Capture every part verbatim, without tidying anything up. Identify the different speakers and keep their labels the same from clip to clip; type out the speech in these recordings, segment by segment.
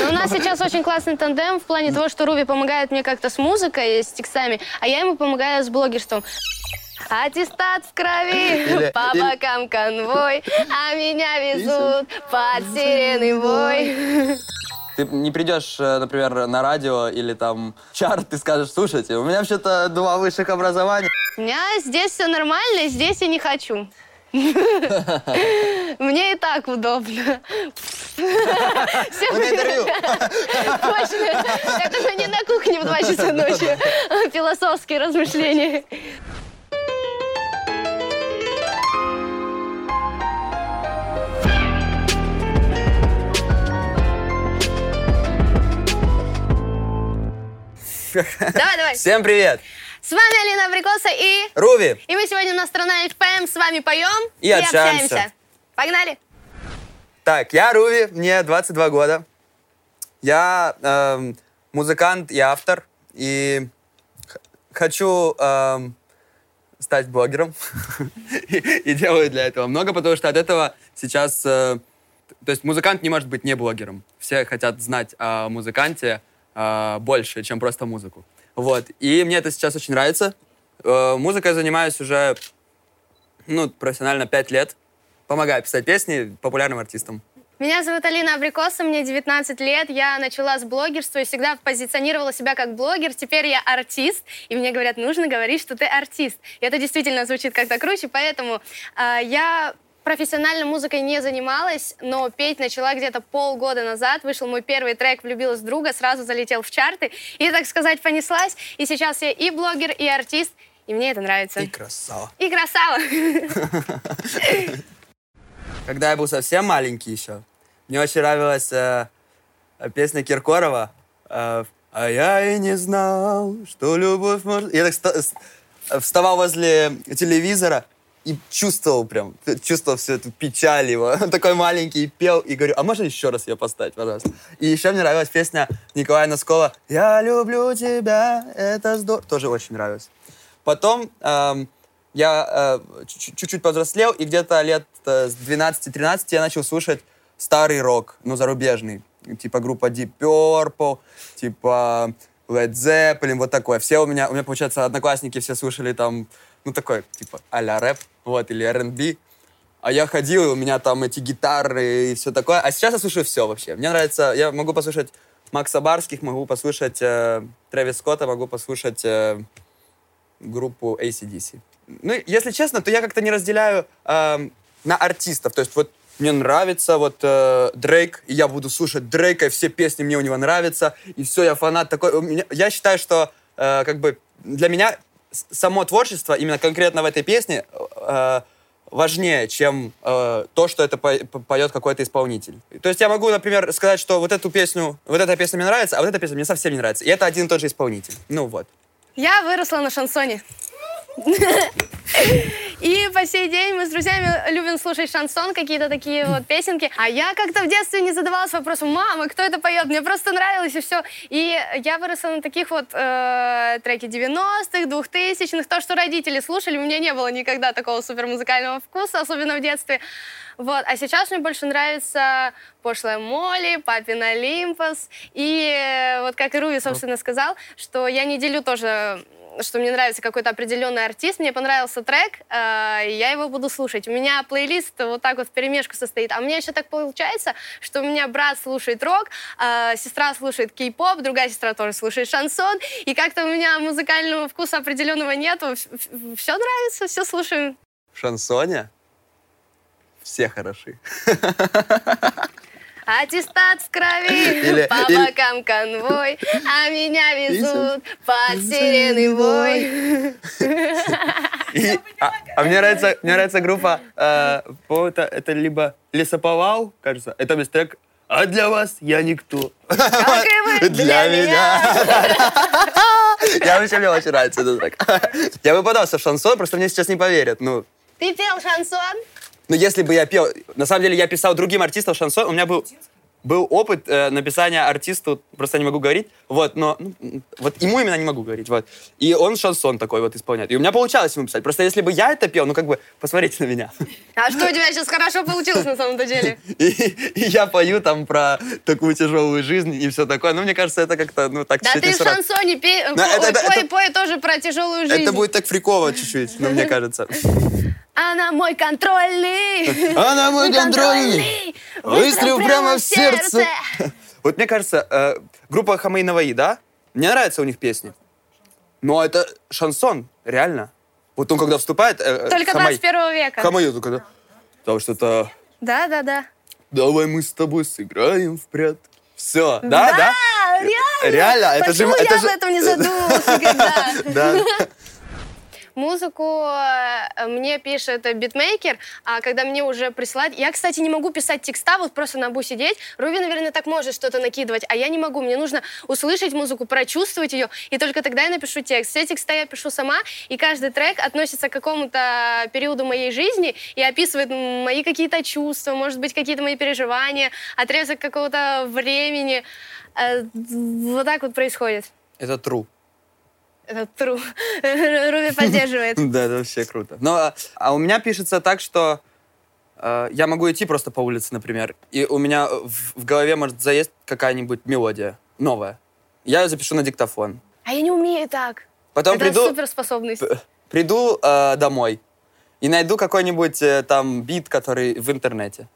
Speaker 1: У нас сейчас очень классный тандем в плане того, что Руби помогает мне как-то с музыкой, с текстами, а я ему помогаю с блогерством. Аттестат в крови, или, по или... бокам конвой, а меня везут под сирены вой.
Speaker 2: Ты не придешь, например, на радио или там чарт, ты скажешь, слушайте, у меня вообще-то два высших образования.
Speaker 1: У меня здесь все нормально, здесь я не хочу. Мне и так удобно.
Speaker 2: Интервью.
Speaker 1: Точно. Это же не на кухне в два часа ночи. Философские размышления. Давай, давай.
Speaker 2: Всем привет.
Speaker 1: С вами Алина Абрикоса и...
Speaker 2: Руби.
Speaker 1: И мы сегодня на Страна эф эм с вами поем
Speaker 2: и, и общаемся.
Speaker 1: общаемся. Погнали.
Speaker 2: Так, я Руби, мне двадцать два года. Я э, музыкант и автор. И хочу э, стать блогером. И делаю для этого много, потому что от этого сейчас... То есть музыкант не может быть не блогером. Все хотят знать о музыканте больше, чем просто музыку. Вот. И мне это сейчас очень нравится. Музыкой я занимаюсь уже, ну, профессионально пять лет. Помогаю писать песни популярным артистам.
Speaker 1: Меня зовут Алина Абрикоса, мне девятнадцать лет. Я начала с блогерства и всегда позиционировала себя как блогер. Теперь я артист, и мне говорят, нужно говорить, что ты артист. И это действительно звучит как-то круче, поэтому э, я... профессионально музыкой не занималась, но петь начала где-то полгода назад. Вышел мой первый трек «Влюбилась в друга», сразу залетел в чарты. И, так сказать, понеслась. И сейчас я и блогер, и артист. И мне это нравится.
Speaker 2: И красава.
Speaker 1: И красава.
Speaker 2: Когда я был совсем маленький еще, мне очень нравилась э, песня Киркорова э, «А я и не знал, что любовь может...» Я так вставал возле телевизора и чувствовал прям, чувствовал всю эту печаль его. Он такой маленький, и пел, и говорю, а можно еще раз ее поставить, пожалуйста? И еще мне нравилась песня Николая Носкова «Я люблю тебя, это здорово». Тоже очень нравилась. Потом эм, я э, чуть-чуть повзрослел, и где-то лет э, с двенадцати-тринадцати я начал слушать старый рок, ну, зарубежный. Типа группа Deep Purple, типа Led Zeppelin, вот такое. Все у меня, у меня, получается, одноклассники все слушали там, ну, такой, типа, а-ля рэп, вот, или ар энд би. А я ходил, и у меня там эти гитары и все такое. А сейчас я слушаю все вообще. Мне нравится, я могу послушать Макса Барских, могу послушать э, Трэвис Скотта, могу послушать э, группу эй си ди си. Ну, если честно, то я как-то не разделяю э, на артистов. То есть вот мне нравится вот э, Дрейк, и я буду слушать Дрейка, и все песни мне у него нравятся, и все, я фанат такой. У меня, я считаю, что э, как бы для меня само творчество, именно конкретно в этой песне, э, важнее, чем э, то, что это по- поет какой-то исполнитель. То есть я могу, например, сказать, что вот эту песню, вот эта песня мне нравится, а вот эта песня мне совсем не нравится. И это один и тот же исполнитель. Ну вот.
Speaker 1: Я выросла на шансоне. И по сей день мы с друзьями любим слушать шансон, какие-то такие вот песенки. А я как-то в детстве не задавалась вопросом, мама, кто это поет? Мне просто нравилось, и все. И я выросла на таких вот э, треки девяностых, двухтысячных, то, что родители слушали. У меня не было никогда такого супермузыкального вкуса, особенно в детстве. Вот. А сейчас мне больше нравится «Пошлая Молли», «Папин Олимпос». И вот как и Руби, собственно, сказал, что я не делю тоже, что мне нравится какой-то определенный артист. Мне понравился трек, э, и я его буду слушать. У меня плейлист вот так вот вперемешку состоит. А у меня еще так получается, что у меня брат слушает рок, э, сестра слушает кей-поп, другая сестра тоже слушает шансон. И как-то у меня музыкального вкуса определенного нету. Все нравится, все слушаем.
Speaker 2: В шансоне все хороши.
Speaker 1: Аттестат в крови, или, по или... бокам конвой, а меня везут под сирены вой.
Speaker 2: И, а, а мне нравится, мне нравится группа, э, это, это либо Лесоповал, кажется, это без трек «А для вас я никто».
Speaker 1: Как и вы для меня.
Speaker 2: Я вообще, мне очень нравится этот трек. Я бы подался в шансон, просто мне сейчас не поверят. Ну.
Speaker 1: Ты пел шансон?
Speaker 2: Ну, если бы я пел... На самом деле, я писал другим артистам шансон. У меня был... был опыт э, написания артисту, просто не могу говорить, вот, но ну, вот ему именно не могу говорить, вот. И он шансон такой вот исполняет. И у меня получалось ему писать. Просто если бы я это пел, ну как бы, посмотрите на меня.
Speaker 1: А что у тебя сейчас хорошо получилось на самом-то деле?
Speaker 2: И, и я пою там про такую тяжелую жизнь и все такое. Ну, мне кажется, это как-то, ну, так
Speaker 1: Да
Speaker 2: чуть-чуть
Speaker 1: ты
Speaker 2: не
Speaker 1: в
Speaker 2: сразу.
Speaker 1: шансоне пей,
Speaker 2: Но
Speaker 1: пой,
Speaker 2: это- это-
Speaker 1: пой,
Speaker 2: это-
Speaker 1: пой тоже про тяжелую жизнь.
Speaker 2: Это будет так фриково чуть-чуть, но мне кажется.
Speaker 1: Она мой контрольный.
Speaker 2: Она мой контрольный. Выстрел прямо в сердце. Вот мне кажется, э, группа Хамэй Наваи, да? Мне нравятся у них песни. Но это шансон, реально. Вот он когда вступает... Э,
Speaker 1: Только
Speaker 2: Хамэй,
Speaker 1: двадцать первого века.
Speaker 2: Хамэй только, да? Потому что это...
Speaker 1: Да, да, да.
Speaker 2: Давай мы с тобой сыграем в прятки. Все, да, да?
Speaker 1: реально.
Speaker 2: Реально, это же...
Speaker 1: Почему
Speaker 2: это
Speaker 1: я
Speaker 2: же-
Speaker 1: об этом не задумывалась никогда?
Speaker 2: Да.
Speaker 1: Музыку э, мне пишет битмейкер, а когда мне уже присылают... Я, кстати, не могу писать текста, вот просто на бу сидеть. Руби, наверное, так может что-то накидывать, а я не могу. Мне нужно услышать музыку, прочувствовать ее, и только тогда я напишу текст. Все текста я пишу сама, и каждый трек относится к какому-то периоду моей жизни и описывает мои какие-то чувства, может быть, какие-то мои переживания, отрезок какого-то времени. Э, Вот так вот происходит.
Speaker 2: Это true.
Speaker 1: Это true. Руби поддерживает.
Speaker 2: Да, это вообще круто. Но, а, а у меня пишется так, что э, я могу идти просто по улице, например, и у меня в, в голове может заесть какая-нибудь мелодия новая. Я ее запишу на диктофон.
Speaker 1: А я не умею так.
Speaker 2: Потом
Speaker 1: Это
Speaker 2: приду,
Speaker 1: суперспособность.
Speaker 2: п- приду э, домой и найду какой-нибудь э, там бит, который в интернете.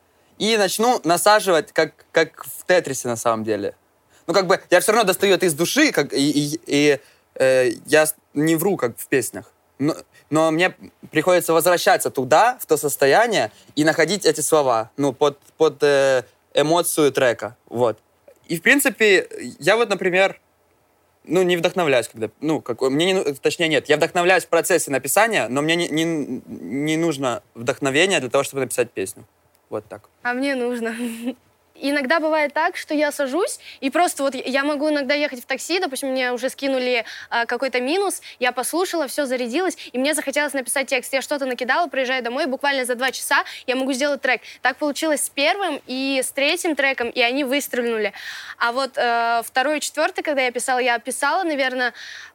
Speaker 2: И начну насаживать, как, как в Тетрисе на самом деле. Ну, как бы, я все равно достаю это из души, как, и, и, и э, я не вру, как в песнях. Но, но мне приходится возвращаться туда, в то состояние, и находить эти слова, ну, под, под э, эмоцию трека, вот. И, в принципе, я вот, например, ну, не вдохновляюсь, когда, ну, как, мне не, ну- точнее, нет, я вдохновляюсь в процессе написания, но мне не, не, не нужно вдохновение для того, чтобы написать песню. Вот так.
Speaker 1: А мне нужно. Иногда бывает так, что я сажусь, и просто вот я могу иногда ехать в такси, допустим, мне уже скинули а, какой-то минус, я послушала, все зарядилось, и мне захотелось написать текст. Я что-то накидала, приезжаю домой, буквально за два часа я могу сделать трек. Так получилось с первым и с третьим треком, и они выстрелили. А вот э, второй и четвертый, когда я писала, я писала, наверное,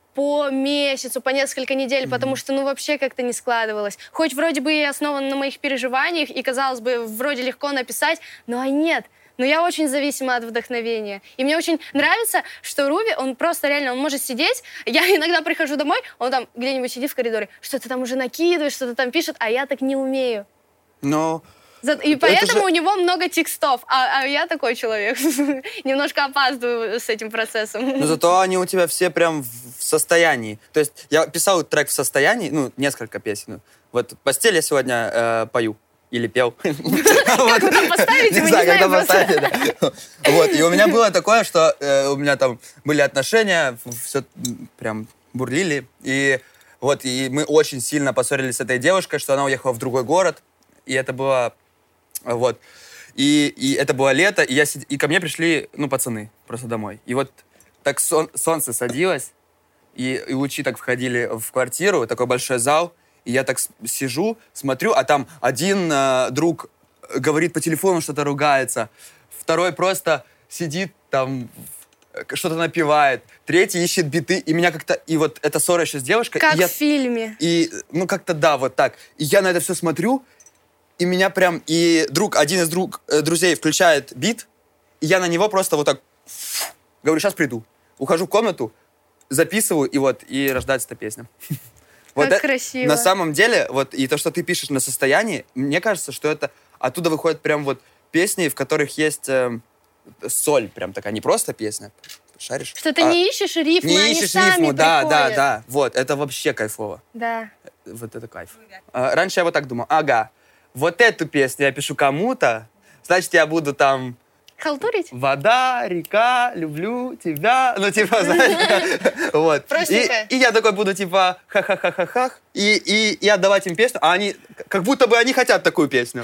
Speaker 1: по месяцу, по несколько недель, mm-hmm. потому что, ну, вообще как-то не складывалось. Хоть вроде бы и основан на моих переживаниях, и, казалось бы, вроде легко написать, но а нет. Но я очень зависима от вдохновения. И мне очень нравится, что Руби, он просто реально, он может сидеть. Я иногда прихожу домой, он там где-нибудь сидит в коридоре, что-то там уже накидывает, что-то там пишет, а я так не умею.
Speaker 2: Но...
Speaker 1: И поэтому
Speaker 2: же...
Speaker 1: у него много текстов, а, а я такой человек. Немножко опаздываю с этим процессом.
Speaker 2: Но зато они у тебя все прям в состоянии. То есть я писал трек в состоянии, ну, несколько песен. Вот «Постель» я сегодня э, пою. Или пел.
Speaker 1: Как вы там поставите, мы не знаем просто.
Speaker 2: Вот, и у меня было такое, что у меня там были отношения, все прям бурлили. И вот, и мы очень сильно поссорились с этой девушкой, что она уехала в другой город. И это было... Вот. И, и это было лето, и, я сид... и ко мне пришли, ну, пацаны просто домой. И вот так сон... солнце садилось, и, и лучи так входили в квартиру, такой большой зал. И я так сижу, смотрю, а там один э, друг говорит по телефону, что-то ругается, второй просто сидит там, что-то напевает, третий ищет биты, и меня как-то... И вот эта ссора еще с девушкой...
Speaker 1: Как
Speaker 2: и я,
Speaker 1: в фильме.
Speaker 2: И, ну, как-то да, вот так. И я на это все смотрю, и меня прям... И друг, один из друг, э, друзей включает бит, и я на него просто вот так... Говорю, сейчас приду. Ухожу в комнату, записываю, и вот, и рождается эта песня.
Speaker 1: Как
Speaker 2: Вот
Speaker 1: красиво.
Speaker 2: На самом деле, вот и то, что ты пишешь на состоянии, мне кажется, что это оттуда выходят прям вот песни, в которых есть э, соль, прям такая, не просто песня, шаришь?
Speaker 1: Что ты
Speaker 2: а,
Speaker 1: не ищешь рифму,
Speaker 2: не
Speaker 1: они
Speaker 2: ищешь
Speaker 1: сами
Speaker 2: рифму, да, да,
Speaker 1: приходят.
Speaker 2: да, вот, это вообще кайфово.
Speaker 1: Да.
Speaker 2: Вот это кайф. А, раньше я вот так думал, ага, вот эту песню я пишу кому-то, значит, я буду там...
Speaker 1: Халтурить?
Speaker 2: Вода, река, люблю тебя. Ну, типа, знаешь, вот.
Speaker 1: Простенько.
Speaker 2: И, и я такой буду, типа, ха-ха-ха-ха-ха, и, и, и отдавать им песню, а они, как будто бы они хотят такую песню.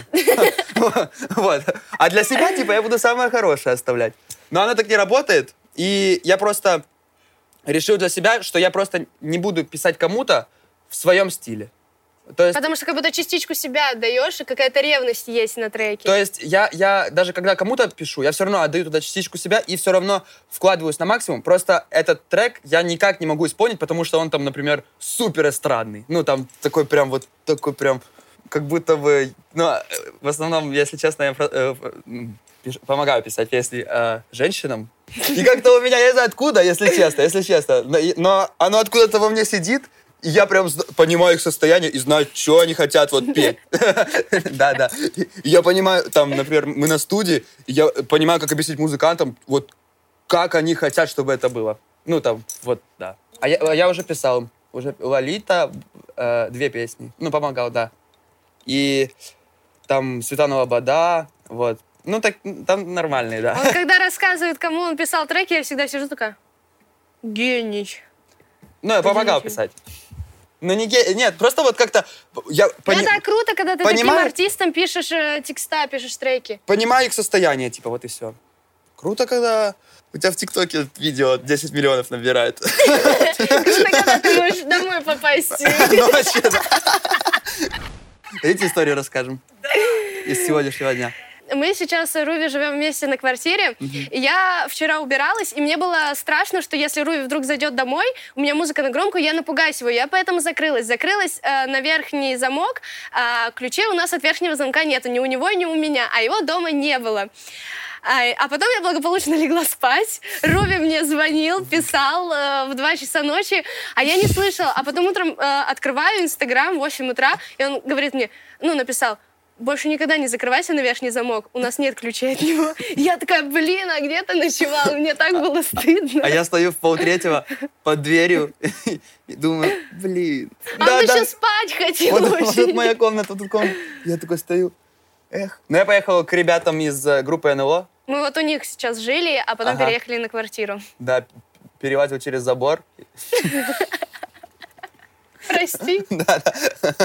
Speaker 2: Вот. А для себя, типа, я буду самое хорошее оставлять. Но она так не работает, и я просто решил для себя, что я просто не буду писать кому-то в своем стиле. То есть,
Speaker 1: Потому что как будто частичку себя отдаешь, и какая-то ревность есть на треке.
Speaker 2: то есть я, я даже когда кому-то пишу, я все равно отдаю туда частичку себя и все равно вкладываюсь на максимум. Просто этот трек я никак не могу исполнить, потому что он там, например, супер эстрадный. Ну, там такой прям вот, такой прям, как будто бы... Ну, в основном, если честно, я э, пиш, помогаю писать песни э, женщинам. И как-то у меня, я не знаю откуда, если честно, если честно. Но, но оно откуда-то во мне сидит, и я прям понимаю их состояние и знаю, что они хотят вот петь. Да-да. Я понимаю, там, например, мы на студии, я понимаю, как объяснить музыкантам, вот как они хотят, чтобы это было. Ну, там, вот, да. А я, я уже писал, уже Лолита, э, две песни. Ну, помогал, да. И там Светлана Лобода, вот. Ну, так, там нормальные, да.
Speaker 1: Он когда рассказывает, кому он писал треки, я всегда сижу такая, гений.
Speaker 2: Ну, я помогал писать. Ну, не ге... Нет, просто вот как-то... Я пони...
Speaker 1: Это круто, когда ты
Speaker 2: Понимаю...
Speaker 1: таким артистам пишешь э, текста, пишешь треки.
Speaker 2: Понимаю их состояние, типа, вот и все. Круто, когда у тебя в ТикТоке видео десять миллионов набирает.
Speaker 1: Круто, когда ты можешь домой попасть.
Speaker 2: Ну, вообще, да. Эти истории расскажем из сегодняшнего дня.
Speaker 1: Мы сейчас с Руви живем вместе на квартире. Uh-huh. И я вчера убиралась, и мне было страшно, что если Руви вдруг зайдет домой, у меня музыка на громкую, я напугаюсь его. Я поэтому закрылась. Закрылась э, на верхний замок, а ключей у нас от верхнего замка нету. Ни у него, ни у меня. А его дома не было. А, а потом я благополучно легла спать. Руви мне звонил, писал э, в два часа ночи, а я не слышала. А потом утром э, открываю Инстаграм в восемь утра, и он говорит мне, ну, написал, больше никогда не закрывайся на верхний замок, у нас нет ключей от него. Я такая, блин, а где ты ночевал? Мне так было стыдно.
Speaker 2: А я стою в полтретьего под дверью и думаю, блин.
Speaker 1: А
Speaker 2: да,
Speaker 1: он
Speaker 2: да.
Speaker 1: еще спать хотел
Speaker 2: вот,
Speaker 1: очень.
Speaker 2: Вот тут моя комната, тут комната. Я такой стою, эх. Но я поехал к ребятам из uh, группы эн эл о.
Speaker 1: Мы вот у них сейчас жили, а потом ага. переехали на квартиру.
Speaker 2: Да, перелазил через забор.
Speaker 1: Прости.
Speaker 2: Да, да.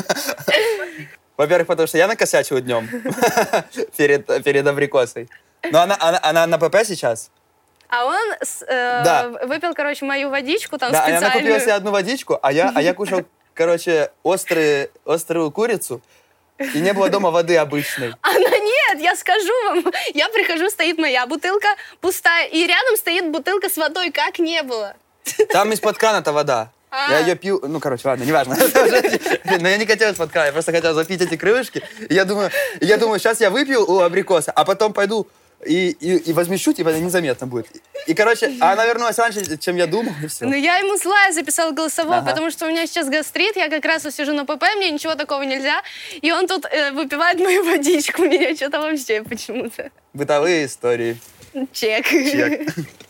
Speaker 2: Во-первых, потому что я накосячил днем перед, перед абрикосой. Но она, она, она на ПП сейчас.
Speaker 1: А он э,
Speaker 2: да.
Speaker 1: выпил, короче, мою водичку там
Speaker 2: да,
Speaker 1: специальную.
Speaker 2: Да, она купила себе одну водичку, а я, а я кушал, короче, острые, острую курицу, и не было дома воды обычной.
Speaker 1: Она нет, я скажу вам. Я прихожу, стоит моя бутылка пустая, и рядом стоит бутылка с водой, как не было.
Speaker 2: Там из-под крана-то вода. А. Я ее пью, ну, короче, ладно, неважно. Но я не хотел из-под крана, я просто хотел запить эти крылышки. И я думаю, я думаю, сейчас я выпью у абрикоса, а потом пойду и, и, и возмещу, типа, незаметно будет. И, короче, она вернулась раньше, чем я думал, и все.
Speaker 1: Ну, я ему злая записала голосовой,
Speaker 2: ага.
Speaker 1: потому что у меня сейчас гастрит, я как раз сижу на ПП, мне ничего такого нельзя, и он тут э, выпивает мою водичку, меня что-то вообще почему-то.
Speaker 2: Бытовые истории.
Speaker 1: Чек.
Speaker 2: Чек.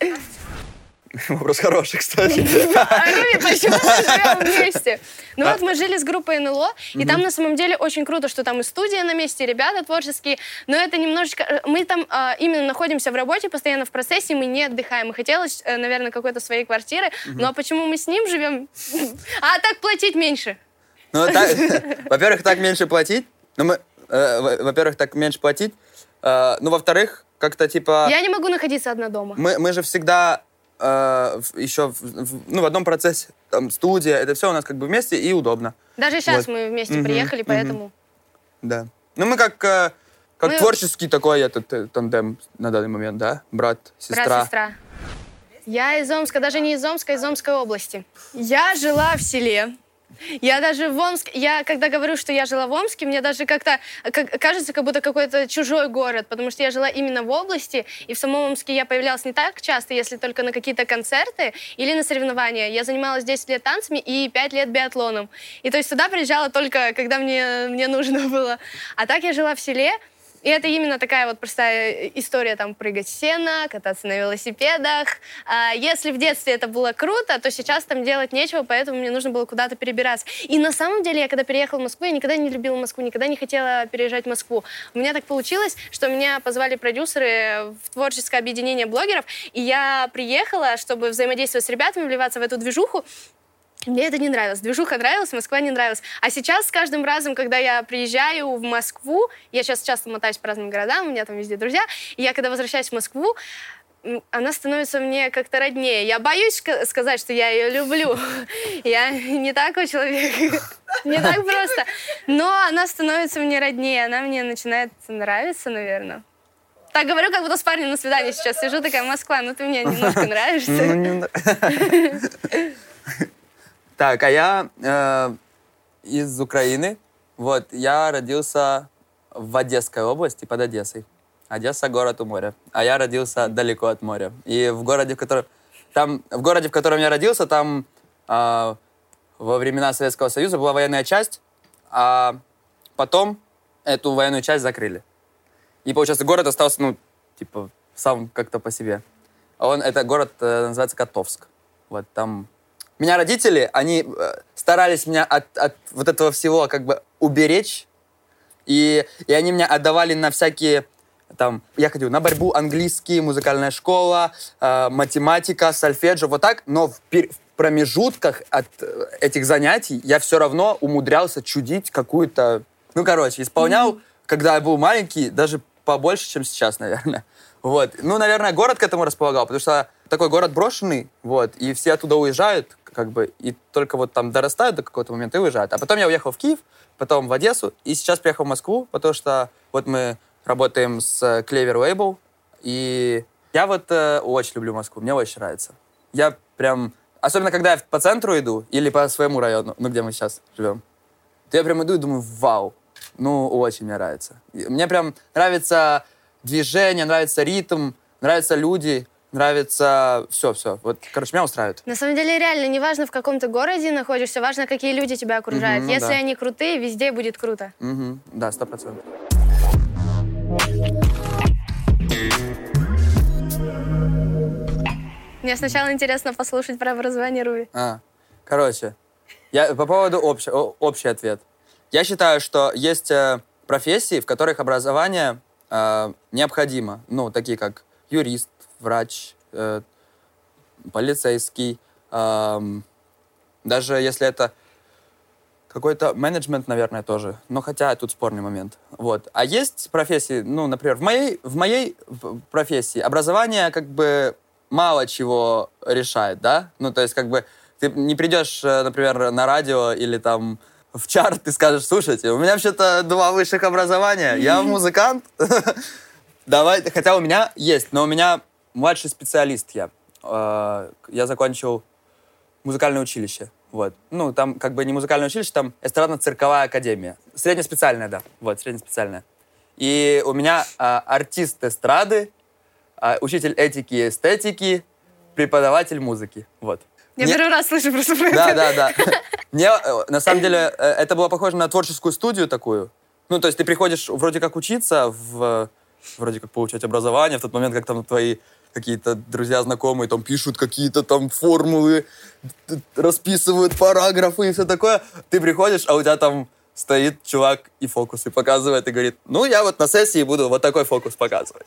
Speaker 2: Вопрос хороший, кстати.
Speaker 1: Руви, почему мы живем вместе? Ну вот мы жили с группой эн эл о, и там на самом деле очень круто, что там и студия на месте, и ребята творческие, но это немножечко... Мы там именно находимся в работе, постоянно в процессе, мы не отдыхаем. И хотелось, наверное, какой-то своей квартиры, но почему мы с ним живем? А так платить меньше.
Speaker 2: Ну, во-первых, так меньше платить. Ну, мы, во-первых, так меньше платить. Ну, во-вторых, как-то типа...
Speaker 1: Я не могу находиться одна дома.
Speaker 2: Мы же всегда... еще в, в, ну, в одном процессе, там, студия, это все у нас как бы вместе и удобно.
Speaker 1: Даже сейчас
Speaker 2: вот.
Speaker 1: мы вместе
Speaker 2: mm-hmm,
Speaker 1: приехали, поэтому...
Speaker 2: Mm-hmm. Да. Ну, мы как, как мы... творческий такой этот тандем на данный момент, да? Брат, сестра.
Speaker 1: Брат, сестра. Я из Омска, даже не из Омска, из Омской области. Я жила в селе. Я даже в Омске, я когда говорю, что я жила в Омске, мне даже как-то как, кажется, как будто какой-то чужой город, потому что я жила именно в области, и в самом Омске я появлялась не так часто, если только на какие-то концерты или на соревнования. Я занималась десять лет танцами и пять лет биатлоном. И то есть туда приезжала только, когда мне, мне нужно было. А так я жила в селе. И это именно такая вот простая история, там, прыгать в сено, кататься на велосипедах. А если в детстве это было круто, то сейчас там делать нечего, поэтому мне нужно было куда-то перебираться. И на самом деле, я когда переехала в Москву, я никогда не любила Москву, никогда не хотела переезжать в Москву. У меня так получилось, что меня позвали продюсеры в творческое объединение блогеров, и я приехала, чтобы взаимодействовать с ребятами, вливаться в эту движуху. Мне это не нравилось. Движуха нравилась, Москва не нравилась. А сейчас с каждым разом, когда я приезжаю в Москву, я сейчас часто мотаюсь по разным городам, у меня там везде друзья, и я когда возвращаюсь в Москву, она становится мне как-то роднее. Я боюсь сказать, что я ее люблю. Я не такой человек. Не так просто. Но она становится мне роднее. Она мне начинает нравиться, наверное. Так говорю, как будто с парнем на свидании сейчас сижу, такая: Москва, ну ты мне немножко нравишься.
Speaker 2: Так, а я из Украины. Вот, я родился в Одесской области, под Одессой. Одесса — город у моря. А я родился далеко от моря. И в городе, в котором, там, в, городе, в котором я родился, там э, во времена Советского Союза была военная часть, а потом эту военную часть закрыли. И, получается, город остался, ну, типа, сам как-то по себе. Он, это город э, называется Котовск. Вот там... Меня родители, они э, старались меня от, от вот этого всего как бы уберечь. И, и они меня отдавали на всякие... Там, я ходил на борьбу, английский, музыкальная школа, э, математика, сольфеджио, вот так. Но в, пер, в промежутках от этих занятий я все равно умудрялся чудить какую-то... Ну, короче, исполнял, mm-hmm. когда я был маленький, даже побольше, чем сейчас, наверное. Вот. Ну, наверное, город к этому располагал, потому что такой город брошенный, вот, и все оттуда уезжают, как бы, и только вот там дорастают до какого-то момента и уезжают. А потом я уехал в Киев, потом в Одессу, и сейчас приехал в Москву, потому что вот мы... Работаем с Clever Label, и я вот э, очень люблю Москву, мне очень нравится. Я прям, особенно когда я по центру иду, или по своему району, ну, где мы сейчас живем, то я прям иду и думаю: вау, ну, очень мне нравится. Мне прям нравится движение, нравится ритм, нравятся люди, нравится все-все. Вот, короче, меня устраивает.
Speaker 1: На самом деле, реально, не важно, в каком ты городе находишься, важно, какие люди тебя окружают. Угу, ну, Если да. они крутые, везде будет круто.
Speaker 2: Угу, да, сто процентов.
Speaker 1: Мне сначала интересно послушать про образование Руби.
Speaker 2: А, короче, я, по поводу общ, о, общий ответ. Я считаю, что есть э, профессии, в которых образование э, необходимо. Ну, такие как юрист, врач, э, полицейский. Э, даже если это какой-то менеджмент, наверное, тоже. Но хотя тут спорный момент. Вот. А есть профессии, ну, например, в моей, в моей профессии образование как бы мало чего решает, да? Ну, то есть как бы ты не придешь, например, на радио или там в чарт и скажешь: слушайте, у меня вообще-то два высших образования, я музыкант. Давай, хотя у меня есть, но у меня младший специалист я. Я закончил музыкальное училище. Вот. Ну, там как бы не музыкальное училище, там эстрадно-цирковая академия. Среднеспециальная, да. Вот, среднеспециальная. И у меня а, артист эстрады, а, учитель этики и эстетики, преподаватель музыки. Вот.
Speaker 1: Я Мне... первый раз слышу просто про это.
Speaker 2: Да, да, да. Мне, на самом деле, это было похоже на творческую студию такую. Ну, то есть ты приходишь вроде как учиться, в, вроде как получать образование, в тот момент, как там твои какие-то друзья, знакомые там пишут какие-то там формулы, расписывают параграфы и все такое. Ты приходишь, а у тебя там стоит чувак и фокусы показывает, и говорит: ну, я вот на сессии буду вот такой фокус показывать.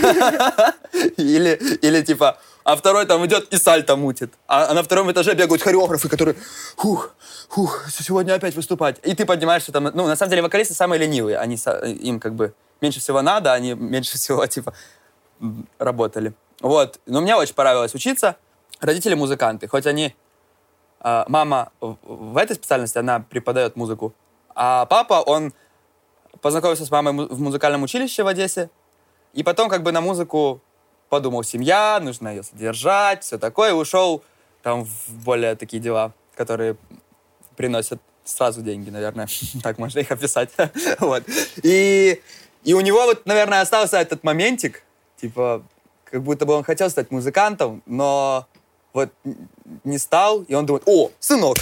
Speaker 2: Или, или типа, а второй там идет и сальто мутит. А, а на втором этаже бегают хореографы, которые: хух, хух, сегодня опять выступать. И ты поднимаешься там. Ну, на самом деле, вокалисты самые ленивые. Они, им как бы меньше всего надо, они меньше всего, типа, работали. Вот. Но мне очень понравилось учиться. Родители музыканты. Хоть они... Э, мама в, в этой специальности, она преподает музыку. А папа, он познакомился с мамой в музыкальном училище в Одессе. И потом как бы на музыку подумал: семья, нужно ее содержать, все такое. И ушел там в более такие дела, которые приносят сразу деньги, наверное. Так можно их описать. Вот. И, и у него вот, наверное, остался этот моментик, типа... как будто бы он хотел стать музыкантом, но вот не стал, и он думает: о, сынок,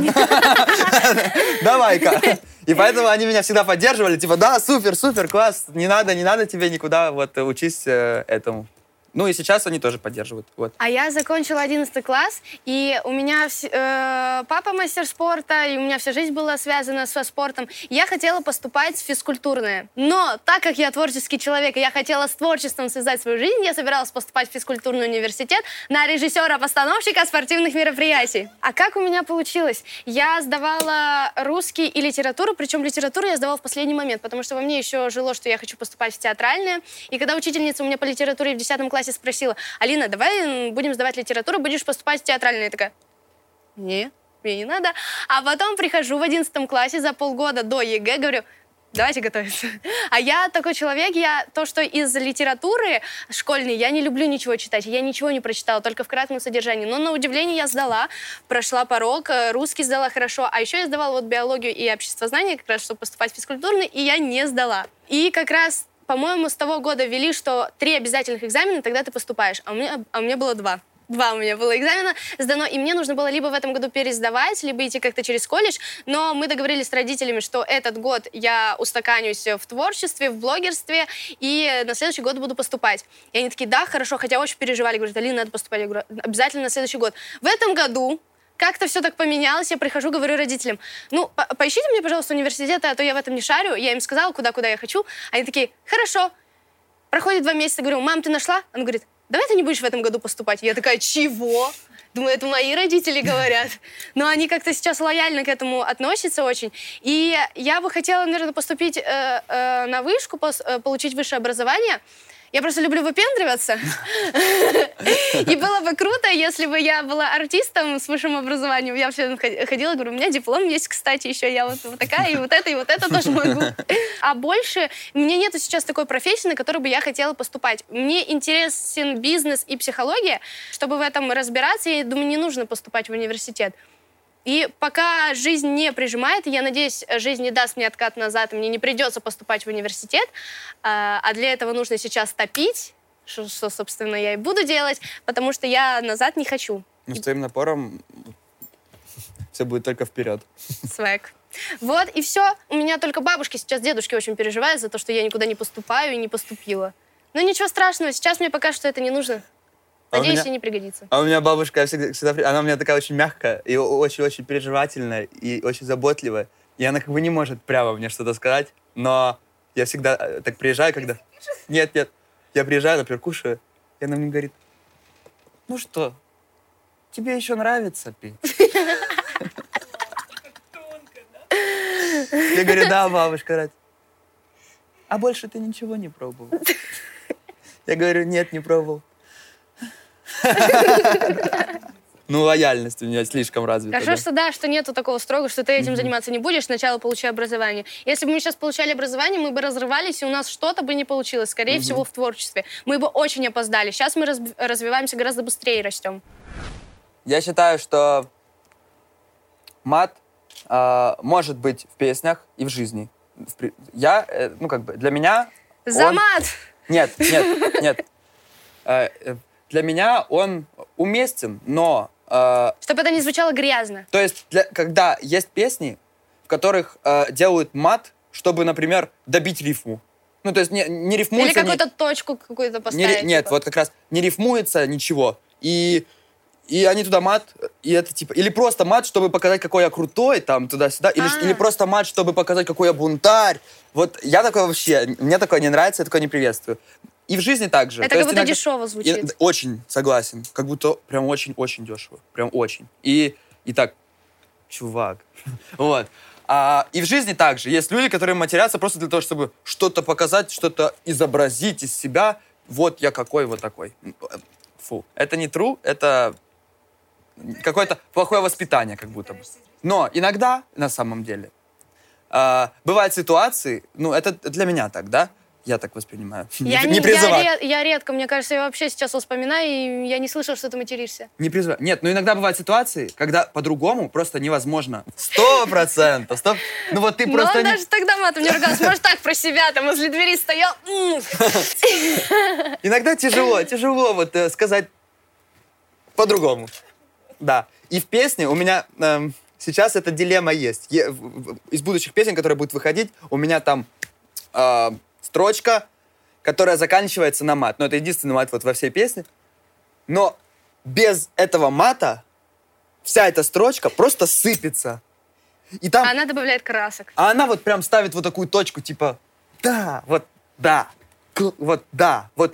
Speaker 2: давай-ка. И поэтому они меня всегда поддерживали, типа: да, супер, супер, класс, не надо, не надо тебе никуда, вот, учись этому. Ну и сейчас они тоже поддерживают. Вот.
Speaker 1: А я закончила одиннадцатый класс, и у меня э, папа мастер спорта, и у меня вся жизнь была связана со спортом. Я хотела поступать в физкультурное. Но так как я творческий человек, и я хотела с творчеством связать свою жизнь, я собиралась поступать в физкультурный университет на режиссера-постановщика спортивных мероприятий. А как у меня получилось? Я сдавала русский и литературу, причем литературу я сдавала в последний момент, потому что во мне еще жило, что я хочу поступать в театральное. И когда учительница у меня по литературе в десятом классе классе спросила: Алина, давай будем сдавать литературу, будешь поступать в театральное. Я такая: не, мне не надо. А потом прихожу в одиннадцатом классе за полгода до ЕГЭ, говорю: давайте готовиться. А я такой человек, я то, что из литературы школьной, я не люблю ничего читать, я ничего не прочитала, только в кратком содержании. Но на удивление я сдала, прошла порог, русский сдала хорошо, а еще я сдавала вот биологию и обществознание, как раз, чтобы поступать в физкультурный, и я не сдала. И как раз, по-моему, с того года ввели, что три обязательных экзамена, тогда ты поступаешь, а у меня, а у меня было два. Два у меня было экзамена сдано, и мне нужно было либо в этом году пересдавать, либо идти как-то через колледж, но мы договорились с родителями, что этот год я устаканюсь в творчестве, в блогерстве, и на следующий год буду поступать. И они такие: да, хорошо, хотя очень переживали, говорят: Алина, надо поступать. Я говорю: обязательно на следующий год. В этом году как-то все так поменялось, я прихожу, говорю родителям: ну, по поищите мне, пожалуйста, университеты, а то я в этом не шарю. Я им сказала, куда-куда я хочу. Они такие: хорошо. Проходит два месяца, говорю: мам, ты нашла? Она говорит: давай ты не будешь в этом году поступать. Я такая: чего? Думаю, это мои родители говорят. Но они как-то сейчас лояльно к этому относятся очень. И я бы хотела, наверное, поступить э, э, на вышку, пос, э, получить высшее образование. Я просто люблю выпендриваться. И было бы круто, если бы я была артистом с высшим образованием. Я вообще ходила, говорю: у меня диплом есть, кстати, еще. Я вот, вот такая, и вот это, и вот это тоже могу. А больше мне нету сейчас такой профессии, на которую бы я хотела поступать. Мне интересен бизнес и психология. Чтобы в этом разбираться, я думаю, не нужно поступать в университет. И пока жизнь не прижимает, и я надеюсь, жизнь не даст мне откат назад, и мне не придется поступать в университет, а для этого нужно сейчас топить, что, что, собственно, я и буду делать, потому что я назад не хочу.
Speaker 2: Ну, с твоим напором все будет только вперед.
Speaker 1: Свэг. Вот, и все. У меня только бабушки сейчас, дедушки очень переживают за то, что я никуда не поступаю и не поступила. Но ничего страшного, сейчас мне пока что это не нужно. Надеюсь,
Speaker 2: а меня,
Speaker 1: и не пригодится.
Speaker 2: А у меня бабушка всегда, всегда... Она у меня такая очень мягкая и очень-очень переживательная, и очень заботливая. И она как бы не может прямо мне что-то сказать, но я всегда так приезжаю, когда... Нет, нет. Я приезжаю, например, кушаю, и она мне говорит: ну что, тебе еще нравится пить? Я говорю: да, бабушка. А больше ты ничего не пробовал? Я говорю: нет, не пробовал. Ну, лояльность у меня слишком развита.
Speaker 1: Хорошо, да? Что да, что нету такого строго, что ты этим mm-hmm. заниматься не будешь, сначала получай образование. Если бы мы сейчас получали образование, мы бы разрывались, и у нас что-то бы не получилось, скорее mm-hmm. всего, в творчестве. Мы бы очень опоздали. Сейчас мы раз- развиваемся гораздо быстрее и растем.
Speaker 2: Я считаю, что мат э, может быть в песнях и в жизни. Я, э, ну, как бы, для меня...
Speaker 1: За
Speaker 2: он...
Speaker 1: мат!
Speaker 2: Нет, нет, нет. Э, э, для меня он уместен, но... Э,
Speaker 1: Чтобы это не звучало грязно.
Speaker 2: То есть, для, когда есть песни, в которых э, делают мат, чтобы, например, добить рифму. Ну, то есть не, не рифмуется...
Speaker 1: Или какую-то
Speaker 2: не,
Speaker 1: точку какую-то поставить.
Speaker 2: Не, нет,
Speaker 1: типа.
Speaker 2: Вот как раз не рифмуется ничего. И, и они туда мат, и это типа... Или просто мат, чтобы показать, какой я крутой, там, туда-сюда. Или, или просто мат, чтобы показать, какой я бунтарь. Вот я такой вообще... Мне такое не нравится, я такое не приветствую. И в жизни также.
Speaker 1: Это
Speaker 2: То
Speaker 1: как будто
Speaker 2: иногда...
Speaker 1: дешево звучит.
Speaker 2: И, очень согласен. Как будто прям очень-очень дешево. Прям очень. И, и так, чувак. Вот. А, и в жизни также. Есть люди, которые матерятся просто для того, чтобы что-то показать, что-то изобразить из себя. Вот я какой, вот такой. Фу. Это не true, это какое-то плохое воспитание как будто бы. Но иногда, на самом деле, а, бывают ситуации, ну, это для меня так, да? Я так воспринимаю.
Speaker 1: Я не, не призываю. Я, я редко, мне кажется, я вообще сейчас вспоминаю, и я не слышала, что ты материшься.
Speaker 2: Не призываю. Нет, но иногда бывают ситуации, когда по-другому просто невозможно. Сто процентов. Сто... Ну вот ты просто...
Speaker 1: Но он
Speaker 2: не...
Speaker 1: даже тогда матом не ругался. Может, так про себя, там, возле двери стоял.
Speaker 2: Иногда тяжело, тяжело вот э, сказать по-другому. Да. И в песне у меня э, сейчас эта дилемма есть. Я, в, из будущих песен, которые будут выходить, у меня там... Э, строчка, которая заканчивается на мат. Но это единственный мат вот во всей песне. Но без этого мата вся эта строчка просто сыпется. И там...
Speaker 1: Она добавляет красок.
Speaker 2: А она вот прям ставит вот такую точку, типа, да, вот, да, вот, да, вот.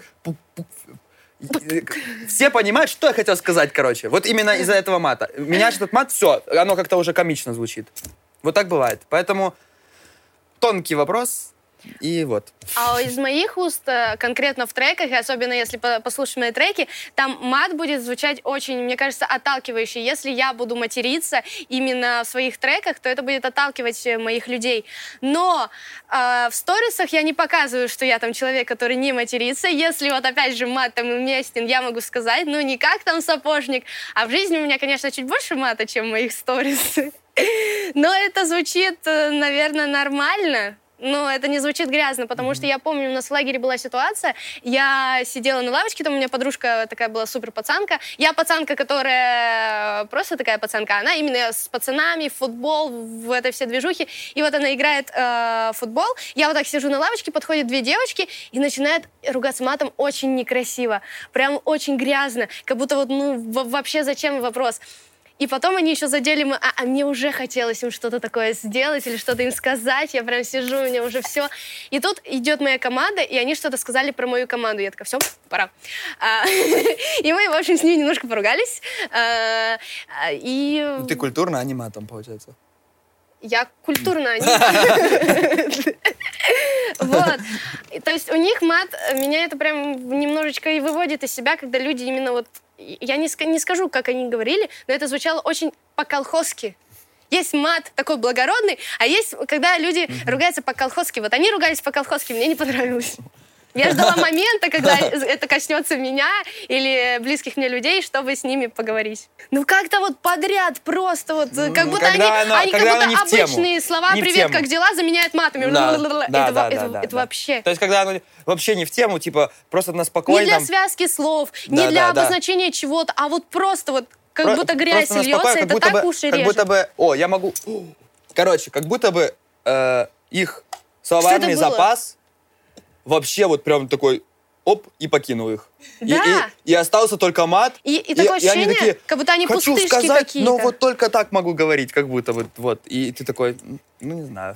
Speaker 2: Все понимают, что я хотел сказать, короче. Вот именно из-за этого мата. Меняешь этот мат, все, оно как-то уже комично звучит. Вот так бывает. Поэтому тонкий вопрос. И вот.
Speaker 1: А из моих уст, э, конкретно в треках, и особенно если по- послушать мои треки, там мат будет звучать очень, мне кажется, отталкивающе. Если я буду материться именно в своих треках, то это будет отталкивать э, моих людей. Но э, в сторисах я не показываю, что я там человек, который не матерится. Если вот опять же мат там уместен, я могу сказать, ну не как там сапожник, а в жизни у меня, конечно, чуть больше мата, чем в моих сторис. Но это звучит, э, наверное, нормально. Но это не звучит грязно, потому что я помню, у нас в лагере была ситуация, я сидела на лавочке, там у меня подружка такая была супер пацанка, я пацанка, которая просто такая пацанка, она именно с пацанами, в футбол, в этой все движухи, и вот она играет э, в футбол, я вот так сижу на лавочке, подходят две девочки и начинают ругаться матом очень некрасиво, прям очень грязно, как будто вот, ну, вообще зачем вопрос? И потом они еще задели, мы, а, а мне уже хотелось им что-то такое сделать или что-то им сказать. Я прям сижу, у меня уже все. И тут идет моя команда, и они что-то сказали про мою команду. Я такая, все, пора. А, и мы, в общем, с ними немножко поругались. А, и...
Speaker 2: Ты культурно, а не матом, получается.
Speaker 1: Я культурно, а не матом. Вот. То есть у них мат, меня это прям немножечко и выводит из себя, когда люди именно вот... Я не, не скажу, как они говорили, но это звучало очень по-колхозски. Есть мат такой благородный, а есть, когда люди mm-hmm. ругаются по-колхозски. Вот они ругались по-колхозски, мне не понравилось. Я ждала момента, когда это коснется меня или близких мне людей, чтобы с ними поговорить. Ну как-то вот подряд просто вот, как будто они,
Speaker 2: оно,
Speaker 1: они как будто обычные
Speaker 2: тему.
Speaker 1: слова
Speaker 2: не
Speaker 1: «привет, как дела» заменяют матами.
Speaker 2: Да,
Speaker 1: это
Speaker 2: да,
Speaker 1: это,
Speaker 2: да,
Speaker 1: это,
Speaker 2: да,
Speaker 1: это
Speaker 2: да.
Speaker 1: вообще...
Speaker 2: То есть когда оно вообще не в тему, типа просто на спокойном...
Speaker 1: Не для связки слов,
Speaker 2: да,
Speaker 1: не для
Speaker 2: да,
Speaker 1: обозначения да. чего-то, а вот просто вот как
Speaker 2: Про-
Speaker 1: будто грязь льется, это так
Speaker 2: бы,
Speaker 1: уши
Speaker 2: как
Speaker 1: режет.
Speaker 2: будто бы... О, я могу... Короче, как будто бы э, их словарный запас вообще вот прям такой... Оп, и покинул их.
Speaker 1: Да.
Speaker 2: И, и, и остался только мат.
Speaker 1: И, и, и такое
Speaker 2: и
Speaker 1: ощущение,
Speaker 2: такие,
Speaker 1: как будто они
Speaker 2: хочу
Speaker 1: пустышки
Speaker 2: сказать,
Speaker 1: какие-то.
Speaker 2: но вот только так могу говорить, как будто вот, вот. И ты такой, ну не знаю.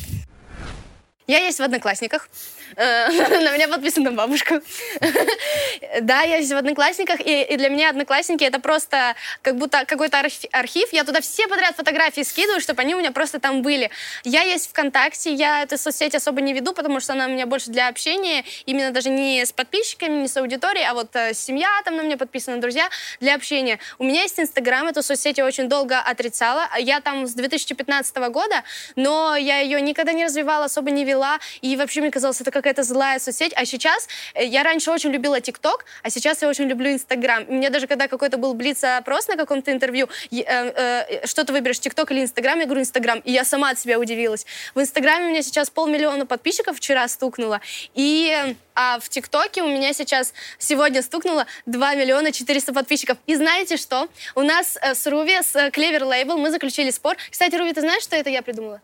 Speaker 1: Я есть в Одноклассниках. На меня подписана бабушка. Да, я есть в Одноклассниках, и для меня Одноклассники это просто как будто какой-то архив. Я туда все подряд фотографии скидываю, чтобы они у меня просто там были. Я есть ВКонтакте, я эту соцсеть особо не веду, потому что она у меня больше для общения, именно даже не с подписчиками, не с аудиторией, а вот семья там на меня подписана, друзья, для общения. У меня есть Инстаграм, эту соцсеть я очень долго отрицала. Я там с две тысячи пятнадцатого года, но я ее никогда не развивала, особо не вела. И вообще мне казалось, это какая-то злая соцсеть. А сейчас, я раньше очень любила ТикТок, а сейчас я очень люблю Инстаграм. Мне даже когда какой-то был блиц-опрос на каком-то интервью, э, э, что ты выберешь, ТикТок или Инстаграм? Я говорю Инстаграм. И я сама от себя удивилась. В Инстаграме у меня сейчас полмиллиона подписчиков вчера стукнуло. И а в ТикТоке у меня сейчас сегодня стукнуло два миллиона четыреста подписчиков. И знаете что? У нас э, с Руви, с э, Clever Label мы заключили спор. Кстати, Руви, ты знаешь, что это я придумала?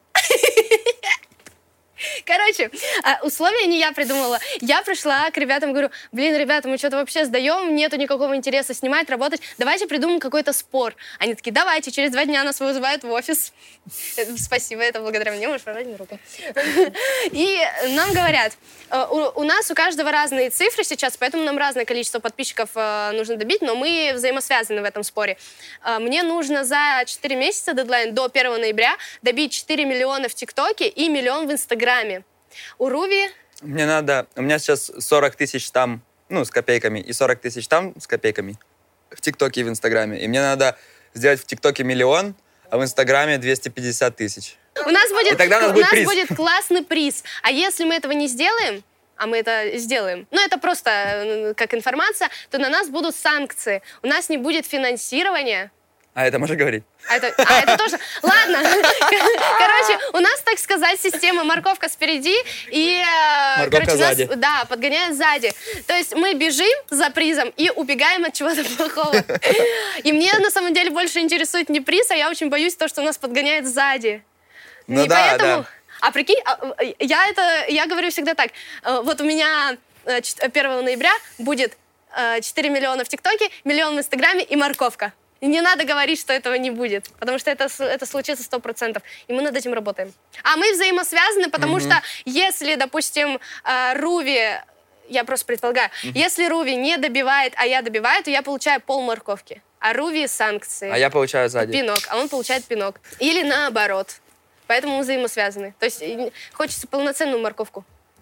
Speaker 1: Короче, условия не я придумала. Я пришла к ребятам, говорю, блин, ребята, мы что-то вообще сдаем, нету никакого интереса снимать, работать, давайте придумаем какой-то спор. Они такие, давайте, через два дня нас вызывают в офис. Спасибо, это благодаря мне, можешь пожать мне руку. И нам говорят, у нас у каждого разные цифры сейчас, поэтому нам разное количество подписчиков нужно добить, но мы взаимосвязаны в этом споре. Мне нужно за четыре месяца, дедлайн, до первого ноября, добить четыре миллиона в ТикТоке и миллион в Инстаграме. У Руви...
Speaker 2: Мне надо... У меня сейчас сорок тысяч там, ну, с копейками, и сорок тысяч там с копейками в ТикТоке и в Инстаграме. И мне надо сделать в ТикТоке миллион, а в Инстаграме двести пятьдесят тысяч.
Speaker 1: У нас будет,
Speaker 2: и тогда у нас,
Speaker 1: у
Speaker 2: будет,
Speaker 1: нас
Speaker 2: приз.
Speaker 1: будет классный приз. А если мы этого не сделаем, а мы это сделаем, ну, это просто как информация, то на нас будут санкции. У нас не будет финансирования.
Speaker 2: А это можно говорить?
Speaker 1: А это, а это тоже... Ладно. Короче, у нас, так сказать, система морковка спереди и...
Speaker 2: Морковка
Speaker 1: короче,
Speaker 2: сзади.
Speaker 1: Нас, да, подгоняют сзади. То есть мы бежим за призом и убегаем от чего-то плохого. И мне, на самом деле, больше интересует не приз, а я очень боюсь того, что нас подгоняет сзади.
Speaker 2: Ну
Speaker 1: и
Speaker 2: да,
Speaker 1: поэтому...
Speaker 2: да.
Speaker 1: А прикинь, я, это, я говорю всегда так. Вот у меня первого ноября будет четыре миллиона в ТикТоке, миллион в Инстаграме и морковка. И не надо говорить, что этого не будет, потому что это, это случится сто процентов. И мы над этим работаем. А мы взаимосвязаны, потому mm-hmm. что если, допустим, Руви, я просто предполагаю, mm-hmm. если Руви не добивает, а я добиваю, то я получаю пол морковки. А Руви санкции.
Speaker 2: А я получаю сзади.
Speaker 1: Пинок, а он получает пинок. Или наоборот. Поэтому мы взаимосвязаны. То есть хочется полноценную морковку.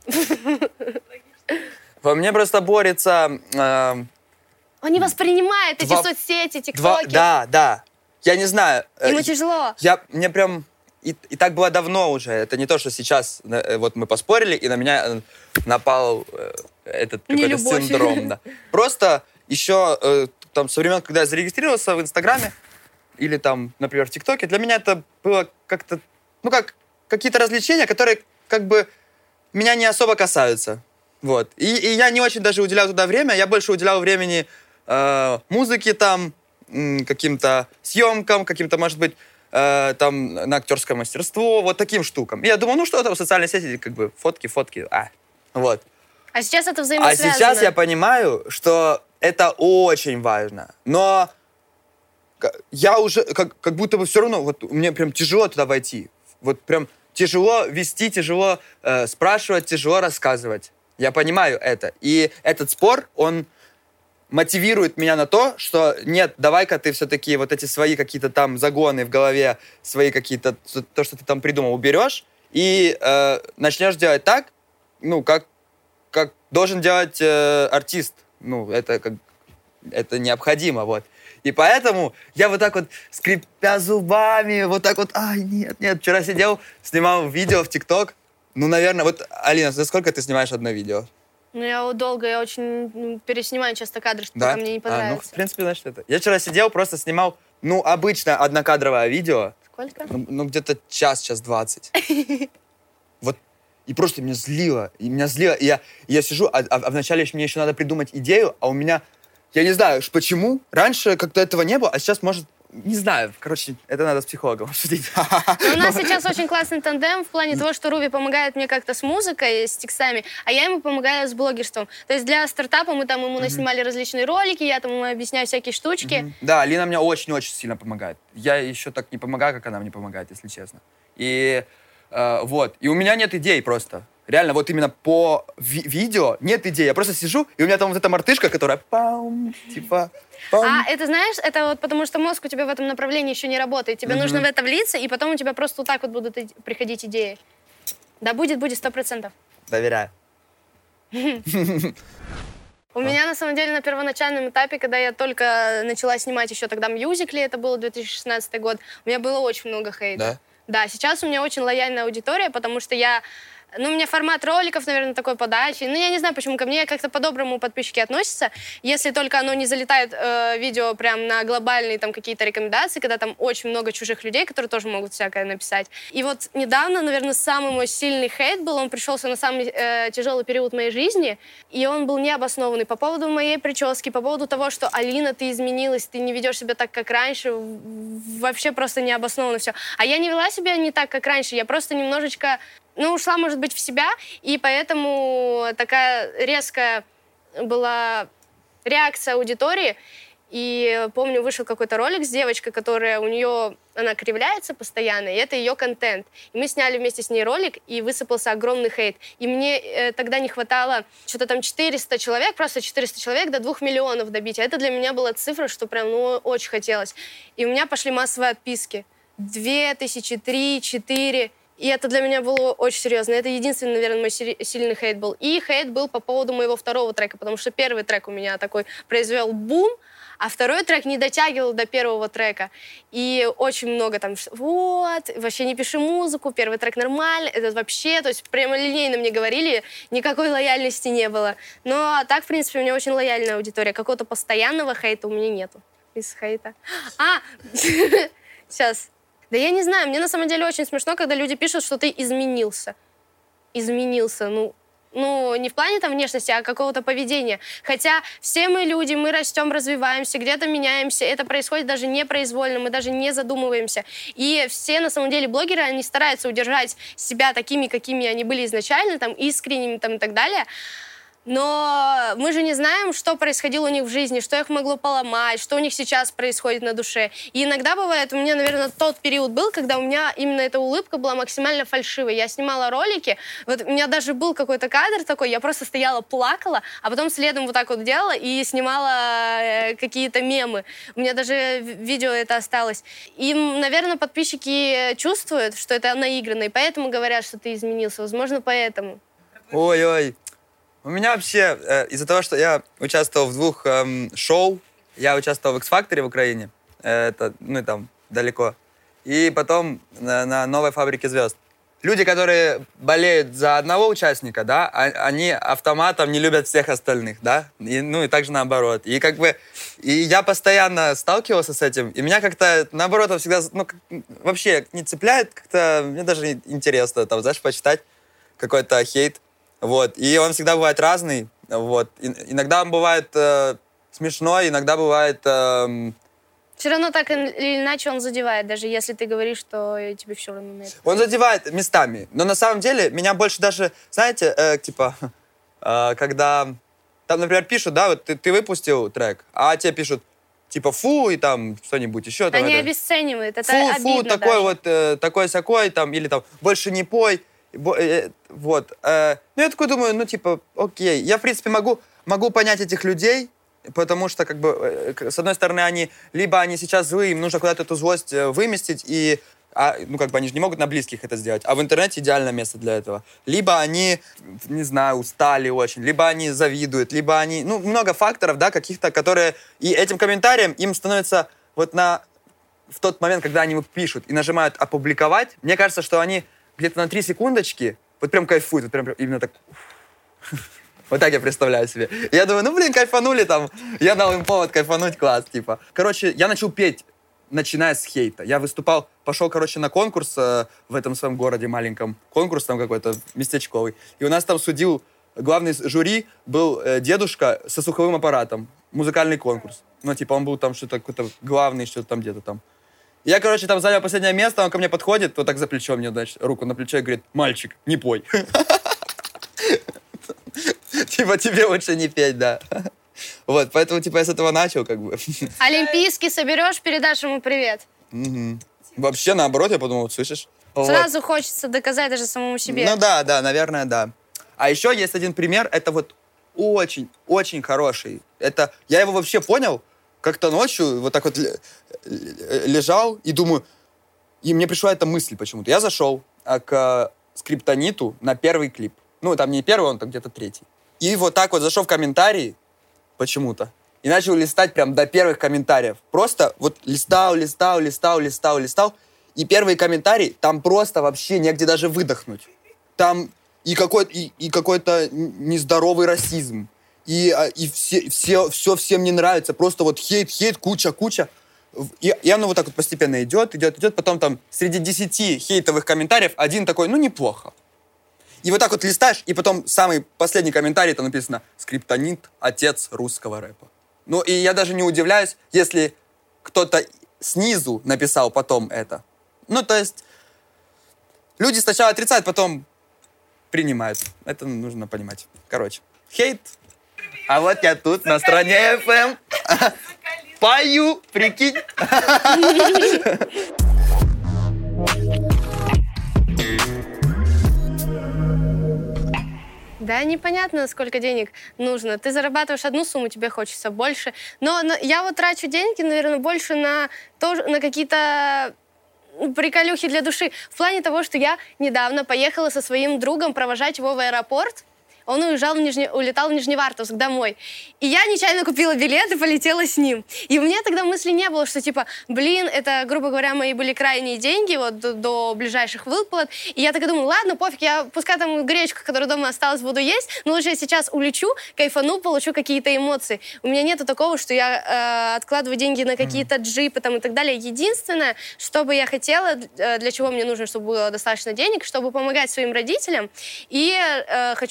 Speaker 2: Во мне просто борется... Э,
Speaker 1: Он не воспринимает
Speaker 2: два,
Speaker 1: эти соцсети, тиктоки.
Speaker 2: Два, да, да. Я не знаю.
Speaker 1: Ему
Speaker 2: э,
Speaker 1: тяжело.
Speaker 2: Я, мне прям... И, и так было давно уже. Это не то, что сейчас э, вот мы поспорили, и на меня напал э, этот какой-то синдром. Да. Просто еще э, там со времен, когда я зарегистрировался в Инстаграме, или там, например, в ТикТоке, для меня это было как-то... Ну, как какие-то развлечения, которые как бы меня не особо касаются. Вот. И, и я не очень даже уделял туда время. Я больше уделял времени э, музыке там, м, каким-то съемкам, каким-то, может быть, э, там, на актерское мастерство, вот таким штукам. И я думал, ну что там, социальные сети, как бы, фотки, фотки, а, вот.
Speaker 1: А сейчас это взаимосвязано.
Speaker 2: А сейчас я понимаю, что это очень важно. Но я уже, как, как будто бы все равно, вот мне прям тяжело туда войти. Вот прям тяжело вести, тяжело э, спрашивать, тяжело рассказывать. Я понимаю это. И этот спор, он мотивирует меня на то, что нет, давай-ка ты все-таки вот эти свои какие-то там загоны в голове, свои какие-то, то, что ты там придумал, уберешь и э, начнешь делать так, ну, как, как должен делать э, артист. Ну, это, как, это необходимо, вот. И поэтому я вот так вот, скрипя зубами, вот так вот, ай, нет, нет. Вчера сидел, снимал видео в ТикТок. Ну, наверное, вот, Алина, за сколько ты снимаешь одно видео?
Speaker 1: Ну, я вот долго, я очень ну, переснимаю часто кадры, что
Speaker 2: да?
Speaker 1: мне не
Speaker 2: А,
Speaker 1: понравится.
Speaker 2: ну, в принципе, значит, это. Я вчера сидел, просто снимал, ну, обычно однокадровое видео.
Speaker 1: Сколько?
Speaker 2: Ну, ну где-то час, час двадцать. Вот. И просто меня злило. И меня злило. И я, и я сижу, а, а, а вначале мне еще надо придумать идею, а у меня... Я не знаю, почему. Раньше как-то этого не было, а сейчас, может... Не знаю, короче, это надо с психологом обсудить.
Speaker 1: У нас сейчас очень классный тандем в плане того, что Руби помогает мне как-то с музыкой, с текстами, а я ему помогаю с блогерством. То есть для стартапа мы там ему наснимали различные ролики, я там ему объясняю всякие штучки.
Speaker 2: Да, Алина мне очень-очень сильно помогает. Я еще так не помогаю, как она мне помогает, если честно. И э, вот. И у меня нет идей просто. Реально, вот именно по ви- видео нет идей. Я просто сижу, и у меня там вот эта мартышка, которая пам, типа... Пам.
Speaker 1: А это, знаешь, это вот потому что мозг у тебя в этом направлении еще не работает. Тебе mm-hmm. нужно в это влиться, и потом у тебя просто вот так вот будут и- приходить идеи. Да будет, будет, сто процентов.
Speaker 2: Доверяю.
Speaker 1: У меня, на самом деле, на первоначальном этапе, когда я только начала снимать еще тогда мюзикли, это был две тысячи шестнадцатый год, у меня было очень много хейта.
Speaker 2: Да?
Speaker 1: Да, сейчас у меня очень лояльная аудитория, потому что я... Ну, у меня формат роликов, наверное, такой подачи. Ну, я не знаю, почему ко мне как-то по-доброму подписчики относятся. Если только оно не залетает э, видео прям на глобальные там какие-то рекомендации, когда там очень много чужих людей, которые тоже могут всякое написать. И вот недавно, наверное, самый мой сильный хейт был, он пришелся на самый э, тяжелый период моей жизни, и он был необоснованный по поводу моей прически, по поводу того, что Алина, ты изменилась, ты не ведешь себя так, как раньше. Вообще просто необоснованно все. А я не вела себя не так, как раньше. Я просто немножечко... Ну, ушла, может быть, в себя, и поэтому такая резкая была реакция аудитории. И помню, вышел какой-то ролик с девочкой, которая у нее, она кривляется постоянно, и это ее контент. И мы сняли вместе с ней ролик, и высыпался огромный хейт. И мне э, тогда не хватало что-то там четыреста человек, просто четыреста человек до двух миллионов добить. А это для меня была цифра, что прям, ну, очень хотелось. И у меня пошли массовые отписки. Две тысячи, три, четыре... И это для меня было очень серьезно. Это единственный, наверное, мой сильный хейт был. И хейт был по поводу моего второго трека, потому что первый трек у меня такой произвел бум, а второй трек не дотягивал до первого трека. И очень много там, вот, вообще не пиши музыку, первый трек нормальный, этот вообще, то есть прямо линейно мне говорили, никакой лояльности не было. Но так, в принципе, у меня очень лояльная аудитория. Какого-то постоянного хейта у меня нету. Из хейта. А, сейчас. Да я не знаю, мне на самом деле очень смешно, когда люди пишут, что ты изменился. Изменился, ну, ну не в плане там внешности, а какого-то поведения. Хотя все мы люди, мы растем, развиваемся, где-то меняемся. Это происходит даже непроизвольно, мы даже не задумываемся. И все, на самом деле, блогеры, они стараются удержать себя такими, какими они были изначально, там, искренними там, и так далее. Но мы же не знаем, что происходило у них в жизни, что их могло поломать, что у них сейчас происходит на душе. И иногда бывает, у меня, наверное, тот период был, когда у меня именно эта улыбка была максимально фальшивой. Я снимала ролики, вот у меня даже был какой-то кадр такой, я просто стояла, плакала, а потом следом вот так вот делала и снимала э, какие-то мемы. У меня даже видео это осталось. И, наверное, подписчики чувствуют, что это наигранно, и поэтому говорят, что ты изменился. Возможно, поэтому.
Speaker 2: Ой-ой. У меня вообще, э, из-за того, что я участвовал в двух эм, шоу, я участвовал в X-Factor в Украине, э, это, ну, там, далеко, и потом на, на «Новой фабрике звезд». Люди, которые болеют за одного участника, да, а, они автоматом не любят всех остальных, да, и, ну, и также наоборот. И как бы, и я постоянно сталкивался с этим, и меня как-то, наоборот, всегда, ну, вообще не цепляет, как-то, мне даже интересно, там, знаешь, почитать какой-то хейт. Вот. И он всегда бывает разный. Вот. И, иногда он бывает э, смешной, иногда бывает... Э,
Speaker 1: Все равно так или иначе он задевает, даже если ты говоришь, что тебе все равно на это.
Speaker 2: Он задевает местами. Но на самом деле меня больше даже, знаете, э, типа, э, когда там, например, пишут, да, вот ты, ты выпустил трек, а тебе пишут, типа, фу, и там что-нибудь еще. Там,
Speaker 1: Они
Speaker 2: это,
Speaker 1: обесценивают, это
Speaker 2: фу,
Speaker 1: обидно
Speaker 2: фу, такой
Speaker 1: даже.
Speaker 2: вот, э, такой-сякой, там, или там, больше не пой. Вот. Ну, я такой думаю, ну, типа, окей. Я, в принципе, могу, могу понять этих людей, потому что, как бы, с одной стороны, они, либо они сейчас злые, им нужно куда-то эту злость выместить, и, а, ну, как бы, они же не могут на близких это сделать, а в интернете идеальное место для этого. Либо они, не знаю, устали очень, либо они завидуют, либо они, ну, много факторов, да, каких-то, которые, и этим комментарием им становится вот на, в тот момент, когда они пишут и нажимают «опубликовать», мне кажется, что они где-то на три секундочки вот прям кайфуют, вот прям именно так. Вот так я представляю себе. Я думаю, ну, блин, кайфанули там. Я дал им повод кайфануть, класс, типа. Короче, я начал петь, начиная с хейта. Я выступал, пошел, короче, на конкурс э, в этом своем городе маленьком. Конкурс там какой-то местечковый. И у нас там судил главный жюри, был э, дедушка со слуховым аппаратом. Музыкальный конкурс. Ну, типа, он был там что-то какой-то главный, что-то там где-то там. Я, короче, там занял последнее место, он ко мне подходит, вот так за плечо мне, значит, руку на плечо и говорит, мальчик, не пой. Типа, тебе лучше не петь, да. Вот, поэтому, типа, я с этого начал, как бы.
Speaker 1: Олимпийский соберешь, передашь ему привет.
Speaker 2: Вообще, наоборот, я подумал, слышишь?
Speaker 1: Сразу хочется доказать даже самому себе.
Speaker 2: Ну да, да, наверное, да. А еще есть один пример, это вот очень, очень хороший. Это, я его вообще понял, как-то ночью вот так вот лежал и думаю, и мне пришла эта мысль почему-то. Я зашел к Скриптониту на первый клип. Ну, там не первый, он там где-то третий. И вот так вот зашел в комментарии почему-то и начал листать прям до первых комментариев. Просто вот листал, листал, листал, листал, листал. И первые комментарии, там просто вообще негде даже выдохнуть. Там и какой-то, и, и какой-то нездоровый расизм. И, и все, все, все всем не нравится. Просто вот хейт, хейт, куча, куча. И, и оно вот так вот постепенно идет, идет, идет. Потом там среди десяти хейтовых комментариев один такой, ну, неплохо. И вот так вот листаешь, и потом самый последний комментарий, там написано «Скриптонит, отец русского рэпа». Ну, и я даже не удивляюсь, если кто-то снизу написал потом это. Ну, то есть люди сначала отрицают, потом принимают. Это нужно понимать. Короче, хейт. А вот я тут на стране эф эм пою, прикинь.
Speaker 1: Да, непонятно, сколько денег нужно. Ты зарабатываешь одну сумму, тебе хочется больше. Но, но я вот трачу деньги, наверное, больше на, то, на какие-то приколюхи для души. В плане того, что я недавно поехала со своим другом провожать его в аэропорт. Он уезжал в Нижне... улетал в Нижневартовск домой. И я нечаянно купила билет и полетела с ним. И у меня тогда мысли не было, что типа, блин, это, грубо говоря, мои были крайние деньги вот до, до ближайших выплат. И я такая думаю, ладно, пофиг, я пускай там гречку, которая дома осталась, буду есть, но лучше я сейчас улечу, кайфану, получу какие-то эмоции. У меня нету такого, что я э, откладываю деньги на какие-то джипы там, и так далее. Единственное, что бы я хотела, для чего мне нужно, чтобы было достаточно денег, чтобы помогать своим родителям. И э, хочу заняться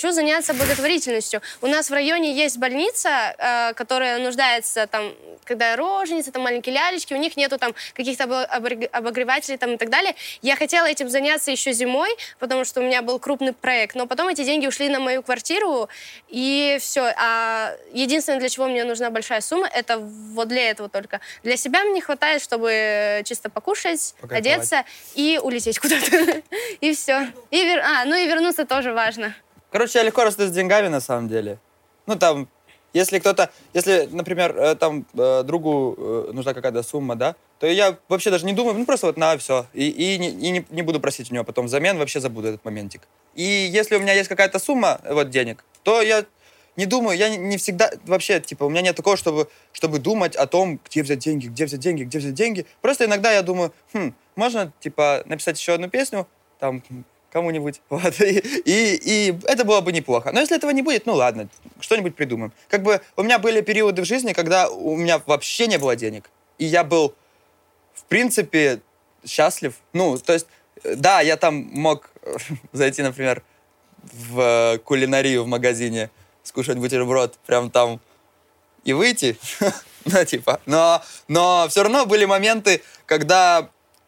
Speaker 1: заняться благотворительностью. У нас в районе есть больница, э, которая нуждается там, когда роженицы, там маленькие лялечки, у них нету там каких-то обогревателей там и так далее. Я хотела этим заняться еще зимой, потому что у меня был крупный проект, но потом эти деньги ушли на мою квартиру, и все. А единственное, для чего мне нужна большая сумма, это вот для этого только. Для себя мне хватает, чтобы чисто покушать,
Speaker 2: Покайфовать.
Speaker 1: одеться и улететь куда-то. И все. И вер... А, ну и вернуться тоже важно.
Speaker 2: Короче, я легко расту с деньгами, на самом деле. Ну, там, если кто-то, если, например, э, там, э, другу э, нужна какая-то сумма, да, то я вообще даже не думаю, ну, просто вот на, все. И, и, не, и не, не буду просить у него потом взамен, вообще забуду этот моментик. И если у меня есть какая-то сумма, вот, денег, то я не думаю, я не, не всегда, вообще, типа, у меня нет такого, чтобы, чтобы думать о том, где взять деньги, где взять деньги, где взять деньги. Просто иногда я думаю, хм, можно, типа, написать еще одну песню, там, кому-нибудь, вот, и, и, и это было бы неплохо. Но если этого не будет, ну ладно, что-нибудь придумаем. Как бы у меня были периоды в жизни, когда у меня вообще не было денег, и я был, в принципе, счастлив. Ну, то есть, да, я там мог зайти, например, в кулинарию в магазине, скушать бутерброд прям там и выйти, ну, типа, но, но все равно были моменты, когда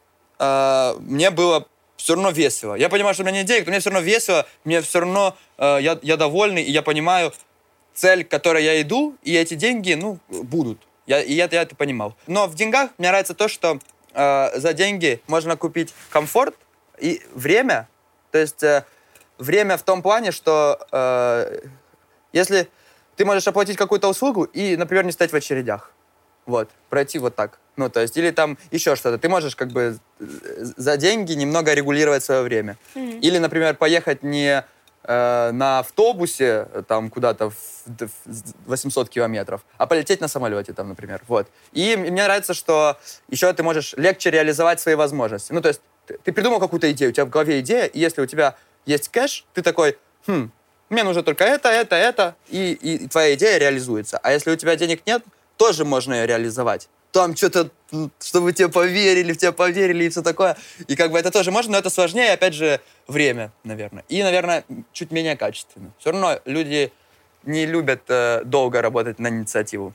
Speaker 2: э, мне было все равно весело. Я понимаю, что у меня нет денег, но мне все равно весело, мне все равно, э, я, я довольный, и я понимаю цель, к которой я иду, и эти деньги, ну, будут. Я, и я, я это понимал. Но в деньгах мне нравится то, что э, за деньги можно купить комфорт и время. То есть э, время в том плане, что э, если ты можешь оплатить какую-то услугу и, например, не стать в очередях. Вот, пройти вот так. Ну, то есть, или там еще что-то. Ты можешь как бы за деньги немного регулировать свое время. Mm-hmm. Или, например, поехать не э, на автобусе там куда-то в, в восемьсот километров, а полететь на самолете там, например. Вот. И мне нравится, что еще ты можешь легче реализовать свои возможности. Ну, то есть, ты, ты придумал какую-то идею, у тебя в голове идея, и если у тебя есть кэш, ты такой, хм, мне нужно только это, это, это, и, и твоя идея реализуется. А если у тебя денег нет, тоже можно ее реализовать. Там что-то, чтобы тебе поверили, в тебя поверили и все такое. И как бы это тоже можно, но это сложнее, опять же, время, наверное. И, наверное, чуть менее качественно. Все равно люди не любят э, долго работать на инициативу.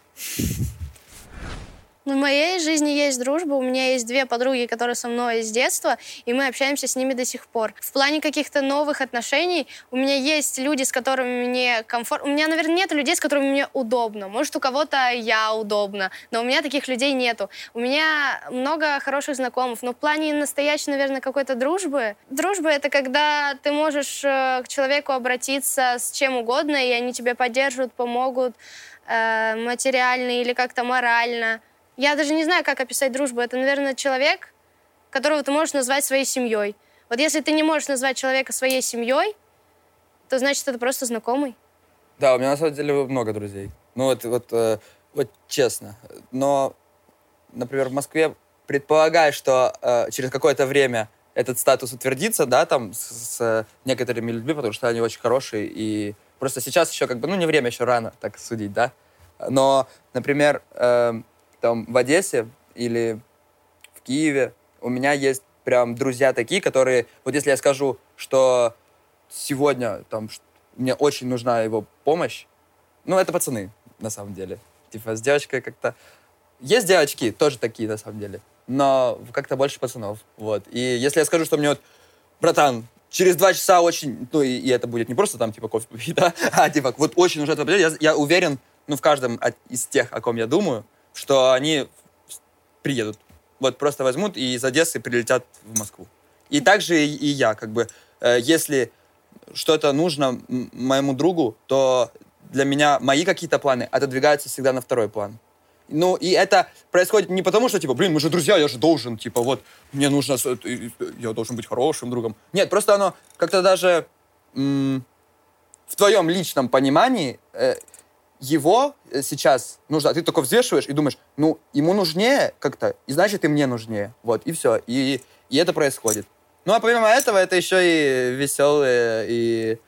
Speaker 1: В моей жизни есть дружба, у меня есть две подруги, которые со мной с детства, и мы общаемся с ними до сих пор. В плане каких-то новых отношений у меня есть люди, с которыми мне комфортно. У меня, наверное, нет людей, с которыми мне удобно. Может, у кого-то я удобна, но у меня таких людей нету. У меня много хороших знакомых, но в плане настоящей, наверное, какой-то дружбы. Дружба — это когда ты можешь к человеку обратиться с чем угодно, и они тебя поддержат, помогут э, материально или как-то морально. Я даже не знаю, как описать дружбу. Это, наверное, человек, которого ты можешь назвать своей семьей. Вот если ты не можешь назвать человека своей семьей, то значит, это просто знакомый.
Speaker 2: Да, у меня на самом деле много друзей. Ну вот, вот, э, вот честно. Но, например, в Москве предполагаю, что э, через какое-то время этот статус утвердится, да, там, с, с некоторыми людьми, потому что они очень хорошие. И просто сейчас еще как бы, ну, не время, еще рано так судить, да. Но, например, э, там в Одессе или в Киеве у меня есть прям друзья такие, которые, вот если я скажу, что сегодня там мне очень нужна его помощь, ну, это пацаны, на самом деле. Типа с девочкой как-то... Есть девочки, тоже такие, на самом деле, но как-то больше пацанов, вот. И если я скажу, что мне вот, братан, через два часа очень, ну, и, и это будет не просто там, типа, кофе попить, да, а, типа, вот очень нужна твоя помощь, я, я уверен, ну, в каждом из тех, о ком я думаю, что они приедут. Вот просто возьмут и из Одессы прилетят в Москву. И также и, и я, как бы, э, если что-то нужно моему другу, то для меня мои какие-то планы отодвигаются всегда на второй план. Ну, и это происходит не потому, что, типа, блин, мы же друзья, я же должен, типа, вот, мне нужно, я должен быть хорошим другом. Нет, просто оно как-то даже м- в твоем личном понимании э, его сейчас нужно, а ты только взвешиваешь и думаешь, ну, ему нужнее как-то, и значит, и мне нужнее. Вот, и все. И, и это происходит. Ну, а помимо этого, это еще и веселое, и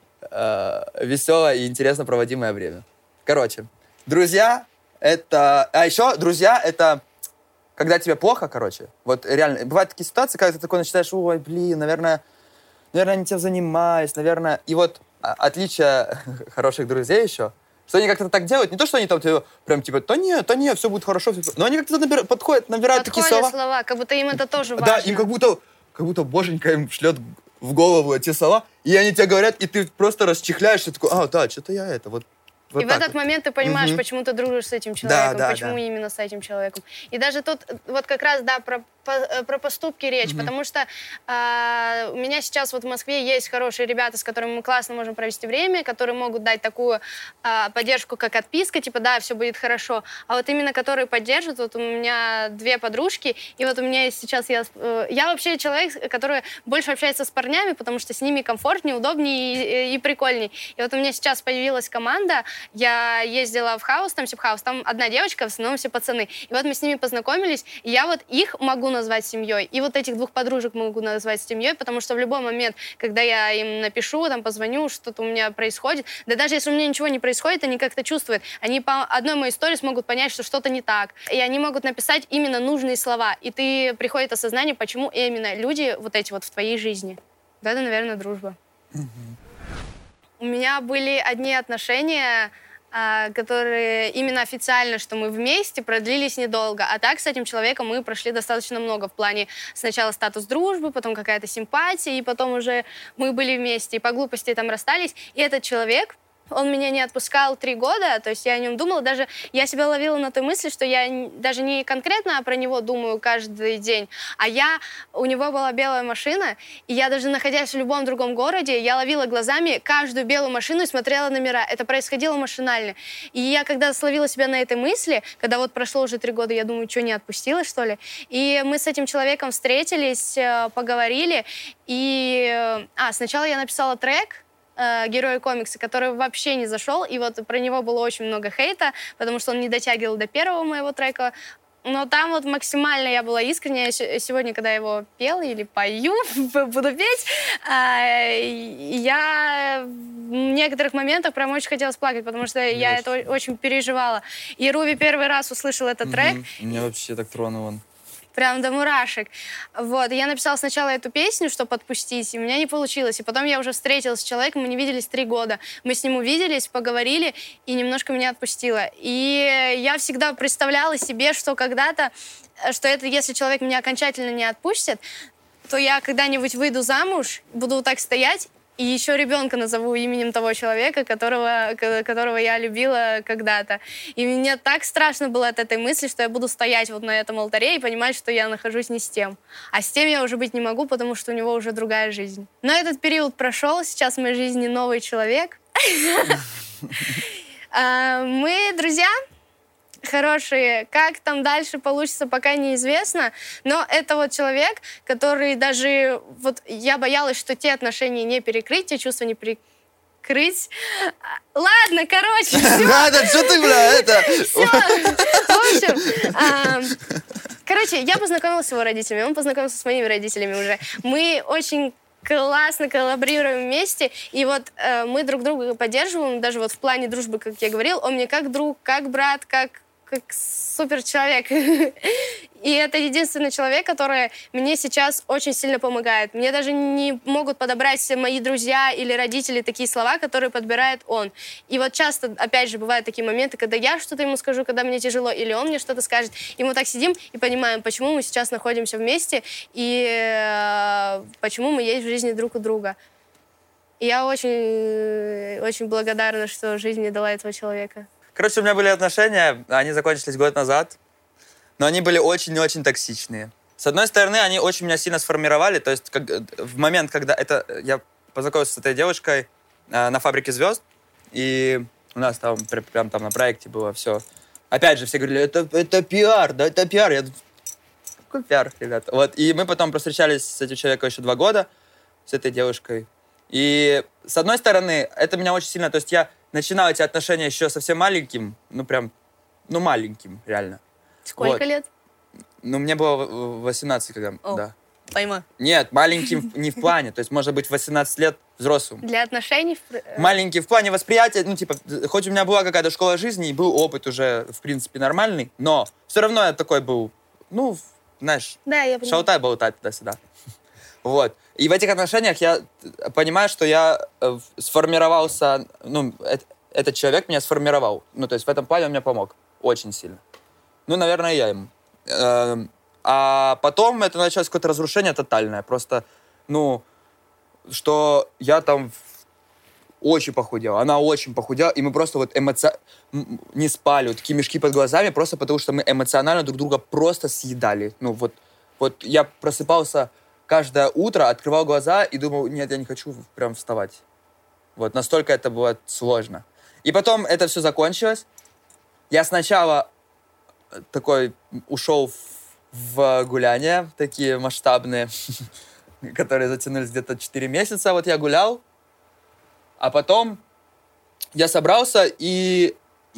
Speaker 2: э, веселое и интересно проводимое время. Короче, друзья, это... А еще друзья, это когда тебе плохо, короче. Вот реально, бывают такие ситуации, когда ты такой начинаешь, ой, блин, наверное, наверное, не тем занимаюсь, наверное... И вот отличие хороших друзей еще, что они как-то так делают, не то, что они там тебе прям типа, да нет, да нет, все будет хорошо, все... но они как-то набира... подходят, набирают
Speaker 1: Подходят
Speaker 2: такие слова.
Speaker 1: слова, как будто им это тоже важно.
Speaker 2: Да, им как будто, как будто боженька им шлет в голову эти слова, и они тебе говорят, и ты просто расчехляешься, такой, а, да, что-то я это, вот. Вот
Speaker 1: и в этот
Speaker 2: вот.
Speaker 1: момент ты понимаешь, угу. почему ты дружишь с этим человеком,
Speaker 2: да, да,
Speaker 1: почему
Speaker 2: да.
Speaker 1: именно с этим человеком. И даже тут вот как раз, да, про, про поступки речь, угу. потому что э, у меня сейчас вот в Москве есть хорошие ребята, с которыми мы классно можем провести время, которые могут дать такую э, поддержку, как отписка, типа, да, все будет хорошо. А вот именно которые поддержат, вот у меня две подружки, и вот у меня есть сейчас, я, э, я вообще человек, который больше общается с парнями, потому что с ними комфортнее, удобнее и, и, и прикольнее. И вот у меня сейчас появилась команда. Я ездила в хаус, там сип-хаус, там одна девочка, в основном все пацаны. И вот мы с ними познакомились, и я вот их могу назвать семьей, и вот этих двух подружек могу назвать семьей, потому что в любой момент, когда я им напишу, там позвоню, что-то у меня происходит, да даже если у меня ничего не происходит, они как-то чувствуют. Они по одной моей истории смогут понять, что что-то не так. И они могут написать именно нужные слова. И ты приходит осознание, почему именно люди вот эти вот в твоей жизни. Да, это, наверное, дружба. У меня были одни отношения, которые именно официально, что мы вместе, продлились недолго. А так с этим человеком мы прошли достаточно много в плане сначала статус дружбы, потом какая-то симпатия, и потом уже мы были вместе, и по глупости там расстались. И этот человек, он меня не отпускал три года, то есть я о нем думала, даже я себя ловила на той мысли, что я даже не конкретно про него думаю каждый день, а я, у него была белая машина, и я даже находясь в любом другом городе, я ловила глазами каждую белую машину и смотрела номера. Это происходило машинально. И я когда словила себя на этой мысли, когда вот прошло уже три года, я думаю, что, не отпустила, что ли? И мы с этим человеком встретились, поговорили, и... А, сначала я написала трек, «Герои комикса», который вообще не зашел, и вот про него было очень много хейта, потому что он не дотягивал до первого моего трека. Но там вот максимально я была искренняя. Сегодня, когда я его пела или пою, буду петь, я в некоторых моментах прям очень хотелось плакать, потому что я, я это очень переживала. И Руби первый раз услышал этот трек.
Speaker 2: Меня вообще так тронул он.
Speaker 1: Прям до мурашек. Вот. И я написала сначала эту песню, чтобы отпустить, и у меня не получилось. И потом я уже встретилась с человеком, мы не виделись три года. Мы с ним увиделись, поговорили, и немножко меня отпустило. И я всегда представляла себе, что когда-то, что это если человек меня окончательно не отпустит, то я когда-нибудь выйду замуж, буду вот так стоять, и еще ребенка назову именем того человека, которого, которого я любила когда-то. И мне так страшно было от этой мысли, что я буду стоять вот на этом алтаре и понимать, что я нахожусь не с тем. А с тем я уже быть не могу, потому что у него уже другая жизнь. Но этот период прошел, сейчас в моей жизни новый человек. Мы друзья хорошие. Как там дальше получится, пока неизвестно. Но это вот человек, который даже... Вот я боялась, что те отношения не перекрыть, те чувства не перекрыть. Ладно, короче, все.
Speaker 2: Надо, что ты, бля, это...
Speaker 1: Все. В общем, короче, я познакомилась с его родителями, он познакомился с моими родителями уже. Мы очень классно коллаборируем вместе, и вот э, мы друг друга поддерживаем, даже вот в плане дружбы, как я говорил, он мне как друг, как брат, как, как супер человек. И это единственный человек, который мне сейчас очень сильно помогает. Мне даже не могут подобрать мои друзья или родители такие слова, которые подбирает он. И вот часто, опять же, бывают такие моменты, когда я что-то ему скажу, когда мне тяжело, или он мне что-то скажет. И мы так сидим и понимаем, почему мы сейчас находимся вместе, и э, почему мы есть в жизни друг у друга. И я очень, очень благодарна, что жизнь мне дала этого человека.
Speaker 2: Короче, у меня были отношения, они закончились год назад. Но они были очень-очень токсичные. С одной стороны, они очень меня сильно сформировали. То есть как, в момент, когда это, я познакомился с этой девушкой э, на «Фабрике звезд», и у нас там прям там на проекте было все. Опять же, все говорили, это, это пиар, да, это пиар. Я думаю, какой пиар, ребята? Вот. И мы потом встречались с этим человеком еще два года, с этой девушкой. И с одной стороны, это меня очень сильно... То есть я начинал эти отношения еще совсем маленьким, ну прям, ну маленьким, реально.
Speaker 1: Сколько
Speaker 2: вот.
Speaker 1: лет?
Speaker 2: Ну, мне было восемнадцать, когда...
Speaker 1: О,
Speaker 2: да.
Speaker 1: Пойму.
Speaker 2: Нет, маленьким не в плане. То есть, может быть, восемнадцать лет взрослым.
Speaker 1: Для отношений?
Speaker 2: Маленький в плане восприятия. Ну, типа, хоть у меня была какая-то школа жизни, и был опыт уже, в принципе, нормальный, но все равно я такой был, ну, знаешь,
Speaker 1: да, я понимаю.
Speaker 2: шалтай болтай туда-сюда.
Speaker 3: Вот. И в этих отношениях я понимаю, что я э, сформировался, ну, это, этот человек меня сформировал. Ну, то есть в этом плане он мне помог очень сильно. Ну, наверное, я ему. Э, а потом это началось какое-то разрушение тотальное. Просто, ну, что я там очень похудел, она очень похудела, и мы просто вот эмоци... не спали, вот такие мешки под глазами, просто потому что мы эмоционально друг друга просто съедали. Ну, вот, вот я просыпался каждое утро, открывал глаза и думал, нет, я не хочу прям вставать. Вот, настолько это было сложно. И потом это все закончилось. Я сначала такой ушел в, в гуляния, такие масштабные, которые затянулись где-то четыре месяца. Вот я гулял, а потом я собрался и,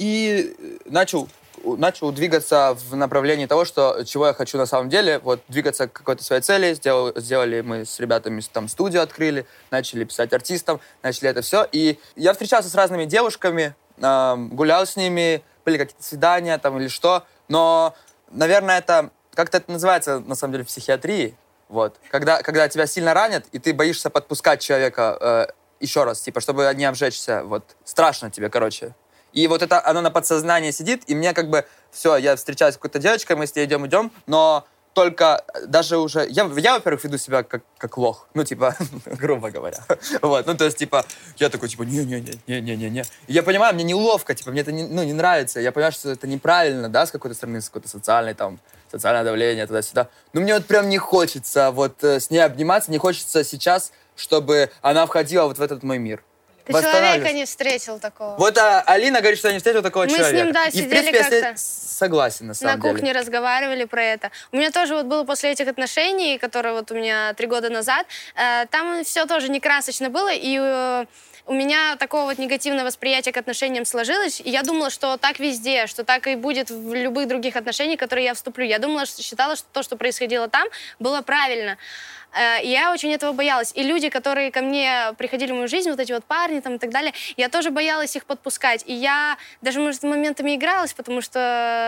Speaker 3: и начал, начал двигаться в направлении того, что, чего я хочу на самом деле, вот двигаться к какой-то своей цели. Сделал, сделали мы с ребятами, там студию открыли, начали писать артистам, начали это все. И я встречался с разными девушками, э, гулял с ними, были какие-то свидания там или что. Но, наверное, это как-то это называется на самом деле в психиатрии. Вот. Когда, когда тебя сильно ранят, и ты боишься подпускать человека э, еще раз, типа, чтобы не обжечься. Вот. Страшно тебе, короче. И вот это, оно на подсознании сидит, и мне как бы, все, я встречаюсь с какой-то девочкой, мы с ней идем, идем, но только даже уже... Я, я во-первых, веду себя как, как лох. Ну, типа, грубо говоря. Вот, ну, то есть, типа, я такой, типа, не-не-не-не-не-не. И я понимаю, мне неловко, типа, мне это не, ну, не нравится. Я понимаю, что это неправильно, да, с какой-то стороны, с какой-то социальной, там, социальное давление, туда-сюда. Но мне вот прям не хочется вот с ней обниматься, не хочется сейчас, чтобы она входила вот в этот мой мир.
Speaker 1: Ты человека не встретил такого.
Speaker 3: Вот а, Алина говорит, что я не встретил такого
Speaker 1: Мы
Speaker 3: человека.
Speaker 1: Мы с ним, да,
Speaker 3: и,
Speaker 1: сидели
Speaker 3: в принципе,
Speaker 1: как-то.
Speaker 3: Я согласен, на самом
Speaker 1: на
Speaker 3: деле.
Speaker 1: На кухне разговаривали про это. У меня тоже вот было после этих отношений, которые вот у меня три года назад, э, там все тоже не красочно было, и э, у меня такое вот негативное восприятие к отношениям сложилось, и я думала, что так везде, что так и будет в любых других отношениях, в которые я вступлю. Я думала, что, считала, что то, что происходило там, было правильно. И я очень этого боялась. И люди, которые ко мне приходили в мою жизнь, вот эти вот парни там и так далее, я тоже боялась их подпускать. И я даже, может, моментами игралась, потому что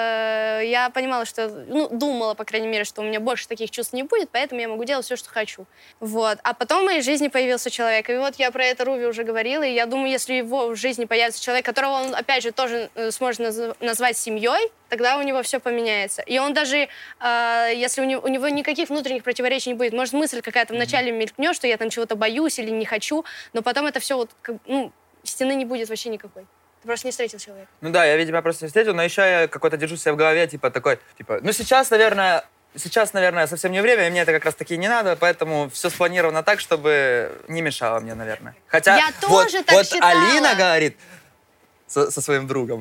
Speaker 1: я понимала, что, ну, думала, по крайней мере, что у меня больше таких чувств не будет, поэтому я могу делать все, что хочу. Вот. А потом в моей жизни появился человек. И вот я про это Руви уже говорила, и я думаю, если его в жизни появится человек, которого он, опять же, тоже сможет наз- назвать семьей, тогда у него все поменяется. И он даже, э, если у него, у него никаких внутренних противоречий не будет, может, мысль какая-то вначале мелькнет, что я там чего-то боюсь или не хочу, но потом это все вот, как, ну, стены не будет вообще никакой. Ты просто не встретил человека.
Speaker 3: Ну да, я, видимо, просто не встретил, но еще я какой-то держу себя в голове, типа, такой, типа, ну сейчас, наверное, сейчас, наверное, совсем не время, и мне это как раз-таки не надо, поэтому все спланировано так, чтобы не мешало мне, наверное. Хотя
Speaker 1: я
Speaker 3: вот,
Speaker 1: тоже так
Speaker 3: вот
Speaker 1: считала.
Speaker 3: Алина говорит со, со своим другом.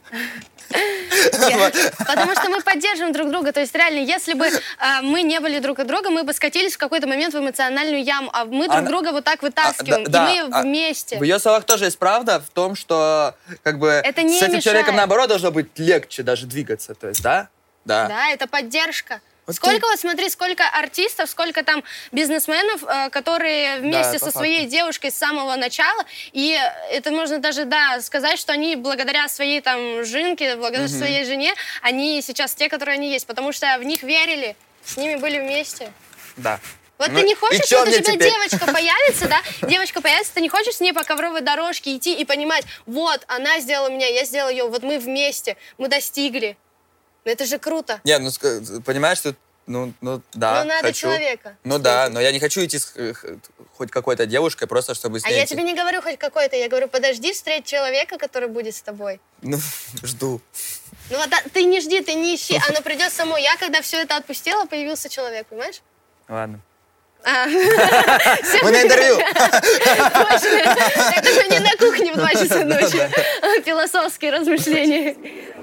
Speaker 1: Я, потому что мы поддерживаем друг друга. То есть реально, если бы э, мы не были друг от друга, мы бы скатились в какой-то момент в эмоциональную яму, а мы друг
Speaker 3: Она...
Speaker 1: друга вот так вытаскиваем,
Speaker 3: а, да,
Speaker 1: и мы
Speaker 3: а,
Speaker 1: вместе.
Speaker 3: В ее словах тоже есть правда в том, что как бы
Speaker 1: это не
Speaker 3: с этим
Speaker 1: мешает.
Speaker 3: человеком, наоборот, должно быть легче даже двигаться. То есть, да? Да,
Speaker 1: да, это поддержка. Вот сколько,
Speaker 3: ты...
Speaker 1: вот смотри, сколько артистов, сколько там бизнесменов, э, которые вместе да, со своей факту. девушкой с самого начала, и это можно даже, да, сказать, что они благодаря своей там жинке, благодаря угу. своей жене, они сейчас те, которые они есть, потому что в них верили, с ними были вместе.
Speaker 3: Да.
Speaker 1: Вот ну, ты не хочешь, что у тебя теперь? девочка появится, да? Девочка появится, ты не хочешь с ней по ковровой дорожке идти и понимать, вот, она сделала меня, я сделала ее, вот мы вместе, мы достигли. Ну это же круто.
Speaker 3: Нет, ну понимаешь, что ну, ну да.
Speaker 1: Ну надо
Speaker 3: хочу.
Speaker 1: человека.
Speaker 3: Ну да, но я не хочу идти с хоть какой-то девушкой, просто чтобы с ней
Speaker 1: А я
Speaker 3: идти.
Speaker 1: тебе не говорю хоть какой-то, я говорю, подожди встретить человека, который будет с тобой.
Speaker 3: Ну, жду.
Speaker 1: Ну вот ты не жди, ты не ищи, оно придет само. Я когда все это отпустила, появился человек, понимаешь?
Speaker 3: Ладно.
Speaker 1: А.
Speaker 3: Мы на интервью.
Speaker 1: Точно. Это же не на кухне в два часа ночи. Философские размышления.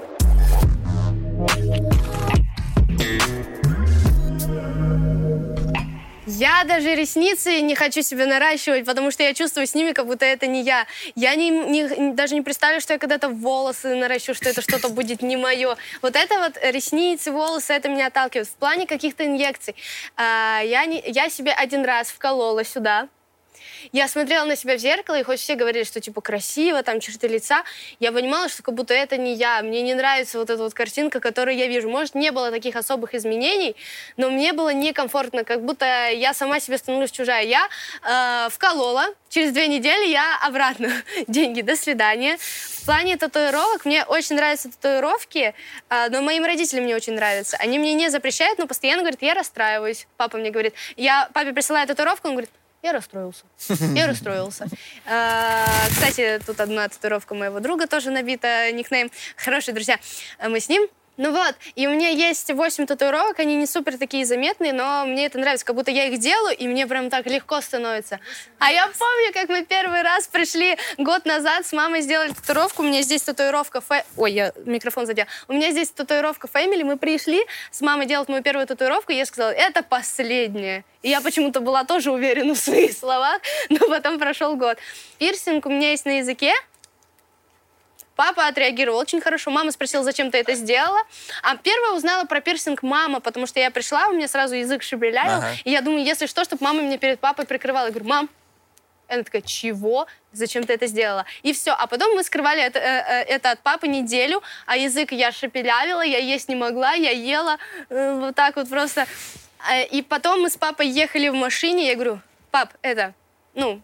Speaker 1: Я даже ресницы не хочу себе наращивать, потому что я чувствую с ними, как будто это не я. Я не, не, даже не представляю, что я когда-то волосы наращу, что это что-то будет не мое. Вот это вот ресницы, волосы, это меня отталкивает. В плане каких-то инъекций. А, я, не, я себе один раз вколола сюда. Я смотрела на себя в зеркало, и хоть все говорили, что типа красиво, там черты лица, я понимала, что как будто это не я. Мне не нравится вот эта вот картинка, которую я вижу. Может, не было таких особых изменений, но мне было некомфортно, как будто я сама себе становлюсь чужая. Я э, вколола, через две недели я обратно. Деньги, до свидания. В плане татуировок мне очень нравятся татуировки, э, но моим родителям не очень нравятся. Они мне не запрещают, но постоянно говорят, я расстраиваюсь. Папа мне говорит, я папе присылаю татуировку, он говорит, я расстроился. Я расстроился. Кстати, тут одна татуировка моего друга тоже набита, никнейм. Хорошие друзья. Мы с ним. Ну вот, и у меня есть восемь татуировок, они не супер такие заметные, но мне это нравится, как будто я их делаю, и мне прям так легко становится. А я помню, как мы первый раз пришли год назад с мамой сделали татуировку, у меня здесь татуировка... Фэ... Ой, я микрофон задел. У меня здесь татуировка Family, мы пришли с мамой делать мою первую татуировку, и я сказала, это последняя. И я почему-то была тоже уверена в своих словах, но потом прошел год. Пирсинг у меня есть на языке. Папа отреагировал очень хорошо. Мама спросила, зачем ты это сделала. А первая узнала про пирсинг мама, потому что я пришла, у меня сразу язык шевелявил. Ага. И я думаю, если что, чтобы мама меня перед папой прикрывала. Я говорю, мам. И она такая, чего? Зачем ты это сделала? И все. А потом мы скрывали это, э, это от папы неделю, а язык я шепелявила, я есть не могла, я ела э, вот так вот просто. И потом мы с папой ехали в машине, я говорю, пап, это, ну...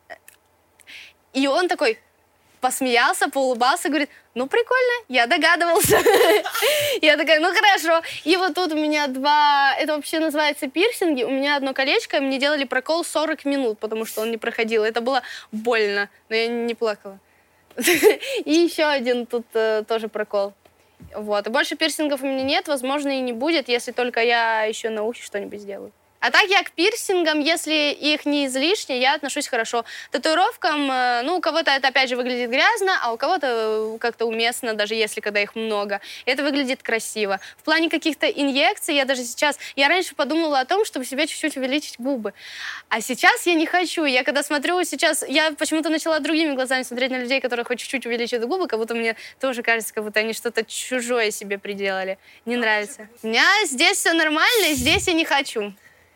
Speaker 1: И он такой... посмеялся, поулыбался, говорит, ну, прикольно, я догадывался. Я такая, ну, хорошо. И вот тут у меня два, это вообще называется пирсинги, у меня одно колечко, мне делали прокол сорок минут, потому что он не проходил. Это было больно, но я не плакала. И еще один тут тоже прокол. Вот. И больше пирсингов у меня нет, возможно, и не будет, если только я еще на ухе что-нибудь сделаю. А так я к пирсингам, если их не излишне, я отношусь хорошо. Татуировкам, ну, у кого-то это, опять же, выглядит грязно, а у кого-то как-то уместно, даже если когда их много. Это выглядит красиво. В плане каких-то инъекций я даже сейчас... Я раньше подумала о том, чтобы себе чуть-чуть увеличить губы. А сейчас я не хочу. Я когда смотрю сейчас... Я почему-то начала другими глазами смотреть на людей, которые хоть чуть-чуть увеличивают губы, как будто мне тоже кажется, как будто они что-то чужое себе приделали. Не нравится. У меня здесь все нормально, здесь я не хочу.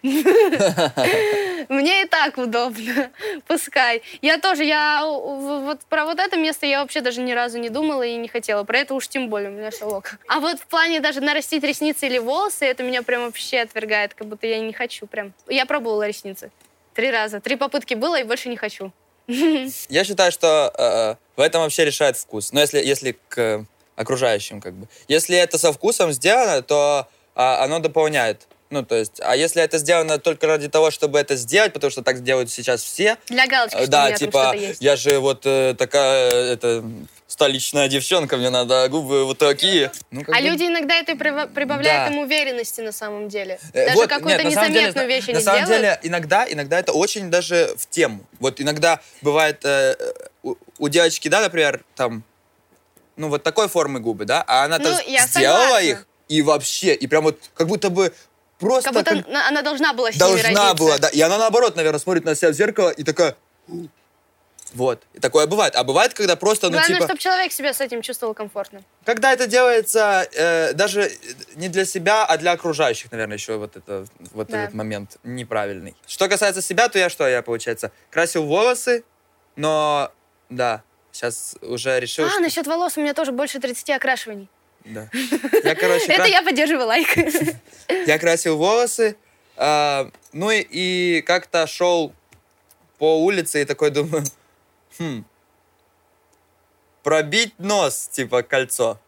Speaker 1: Мне и так удобно. Пускай. Я тоже, я вот про вот это место я вообще даже ни разу не думала и не хотела. Про это уж тем более, у меня все ок. А вот в плане даже нарастить ресницы или волосы, это меня прям вообще отвергает, как будто я не хочу прям. Я пробовала ресницы. Три раза. Три попытки было и больше не хочу.
Speaker 3: Я считаю, что э, в этом вообще решает вкус. Но если, если к окружающим, как бы. Если это со вкусом сделано, то э, оно дополняет. Ну, то есть, а если это сделано только ради того, чтобы это сделать, потому что так делают сейчас все.
Speaker 1: Для галочки, что
Speaker 3: да,
Speaker 1: у меня
Speaker 3: типа,
Speaker 1: там что-то есть.
Speaker 3: Я же вот э, такая, это, столичная девчонка, мне надо губы вот такие. Ну,
Speaker 1: а бы... люди иногда это прибавляют
Speaker 3: да.
Speaker 1: им уверенности на самом деле. Даже
Speaker 3: вот,
Speaker 1: какую-то
Speaker 3: нет,
Speaker 1: незаметную
Speaker 3: деле,
Speaker 1: вещь
Speaker 3: на,
Speaker 1: они
Speaker 3: на самом
Speaker 1: сделают.
Speaker 3: деле, иногда, иногда это очень даже в тему. Вот иногда бывает э, у, у девочки, да, например, там, ну, вот такой формы губы, да, а она
Speaker 1: ну,
Speaker 3: сделала
Speaker 1: согласна.
Speaker 3: их, и вообще, и прям вот как будто бы просто...
Speaker 1: Как будто как... она должна была с ними родиться.
Speaker 3: Должна была, да. И она, наоборот, наверное, смотрит на себя в зеркало и такая... Вот. И такое бывает. А бывает, когда просто, ну,
Speaker 1: Главное,
Speaker 3: типа...
Speaker 1: чтобы человек себя с этим чувствовал комфортно.
Speaker 3: Когда это делается э, даже не для себя, а для окружающих, наверное, еще вот, это, вот да. этот момент неправильный. Что касается себя, то я что? Я, получается, красил волосы, но, да, сейчас уже решил...
Speaker 1: А,
Speaker 3: что...
Speaker 1: насчет волос у меня тоже больше тридцати окрашиваний.
Speaker 3: Да. Я, короче,
Speaker 1: это я поддерживаю лайк.
Speaker 3: Я красил волосы, э, ну и, и как-то шел по улице и такой думаю, хм, пробить нос, типа кольцо.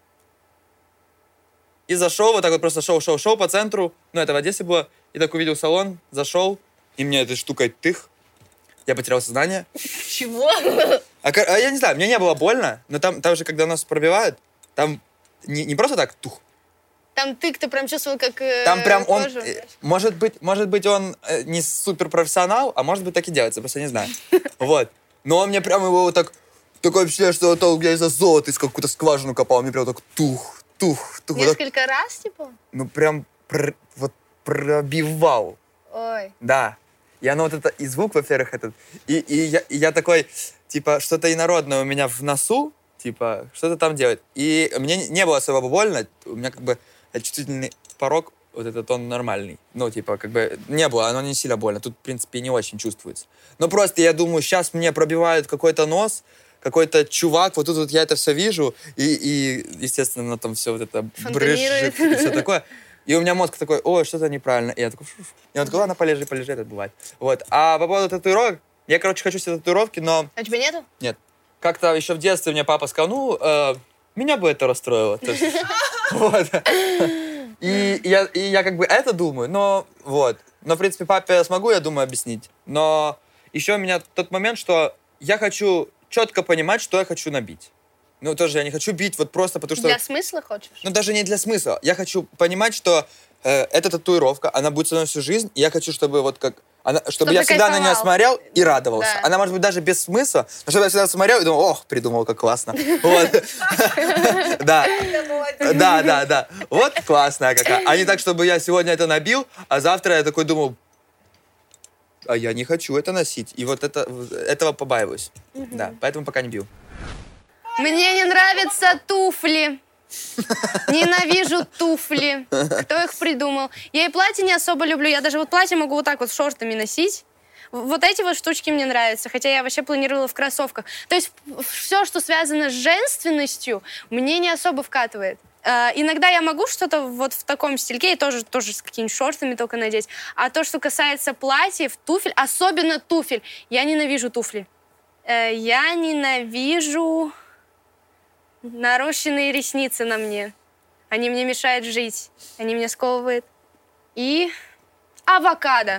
Speaker 3: И зашел, вот так вот просто шел, шел, шел по центру, ну это в Одессе было, и так увидел салон, зашел, и мне этой штукой тых, я потерял сознание.
Speaker 1: Чего?
Speaker 3: А, а я не знаю, мне не было больно, но там, там же, когда нос пробивают, там не, не просто так тух.
Speaker 1: Там тык, ты прям чувствовал, как э,
Speaker 3: Там прям он,
Speaker 1: кожу.
Speaker 3: может быть, может быть, он э, не суперпрофессионал, а может быть, так и делается, просто не знаю. Вот. Но он мне прям его вот так, такое впечатление, что это я из-за золота из какую-то скважину копал, мне прям так тух, тух, тух.
Speaker 1: Несколько
Speaker 3: вот
Speaker 1: раз, типа?
Speaker 3: Ну, прям пр, вот пробивал.
Speaker 1: Ой.
Speaker 3: Да. И оно вот это, и звук, во-первых, этот, и, и, я, и я такой, типа, что-то инородное у меня в носу, типа, что-то там делает. И мне не было особо больно, у меня как бы чувствительный порог вот этот он нормальный. Ну, типа, как бы, не было, оно не сильно больно. Тут, в принципе, не очень чувствуется. Но просто я думаю, сейчас мне пробивают какой-то нос, какой-то чувак, вот тут вот я это все вижу, и, и естественно, на там все вот это брызжет и все такое. И у меня мозг такой, ой, что-то неправильно. И я такой, фу-фу. И он такой, ладно, полежи, полежи, это бывает. Вот. А по поводу татуировок, я, короче, хочу себе татуировки, но...
Speaker 1: А тебя нету?
Speaker 3: Нет. Как-то еще в детстве мне папа сказал, ну, э, меня бы это расстроило. Вот. И я, и я как бы это думаю, но вот. Но, в принципе, папе я смогу, я думаю, объяснить. Но еще у меня тот момент, что я хочу четко понимать, что я хочу набить. Ну, тоже я не хочу бить вот просто потому, что...
Speaker 1: Для смысла хочешь?
Speaker 3: Ну, даже не для смысла. Я хочу понимать, что э, эта татуировка, она будет со мной всю жизнь, и я хочу, чтобы вот как... Она, чтобы
Speaker 1: Чтоб
Speaker 3: я
Speaker 1: ты
Speaker 3: всегда на нее
Speaker 1: кайфовал.
Speaker 3: смотрел и радовался.
Speaker 1: Да.
Speaker 3: Она может быть даже без смысла, но чтобы я всегда смотрел и думал, ох, придумал, как классно. Вот. Да. Да, да, да. Вот классная какая. А не так, чтобы я сегодня это набил, а завтра я такой думал, а я не хочу это носить. И вот это, этого побаиваюсь. Да, поэтому пока не бью.
Speaker 1: Мне не нравятся туфли. Ненавижу туфли. Кто их придумал? Я и платье не особо люблю. Я даже вот платье могу вот так вот шортами носить. Вот эти вот штучки мне нравятся, хотя я вообще планировала в кроссовках. То есть все, что связано с женственностью, мне не особо вкатывает. Uh, иногда я могу что-то вот в таком стильке, и тоже, тоже с какими-нибудь шортами только надеть. А то, что касается платьев, туфель, особенно туфель, я ненавижу туфли. Uh, я ненавижу нарощенные ресницы на мне. Они мне мешают жить. Они меня сковывают. И авокадо.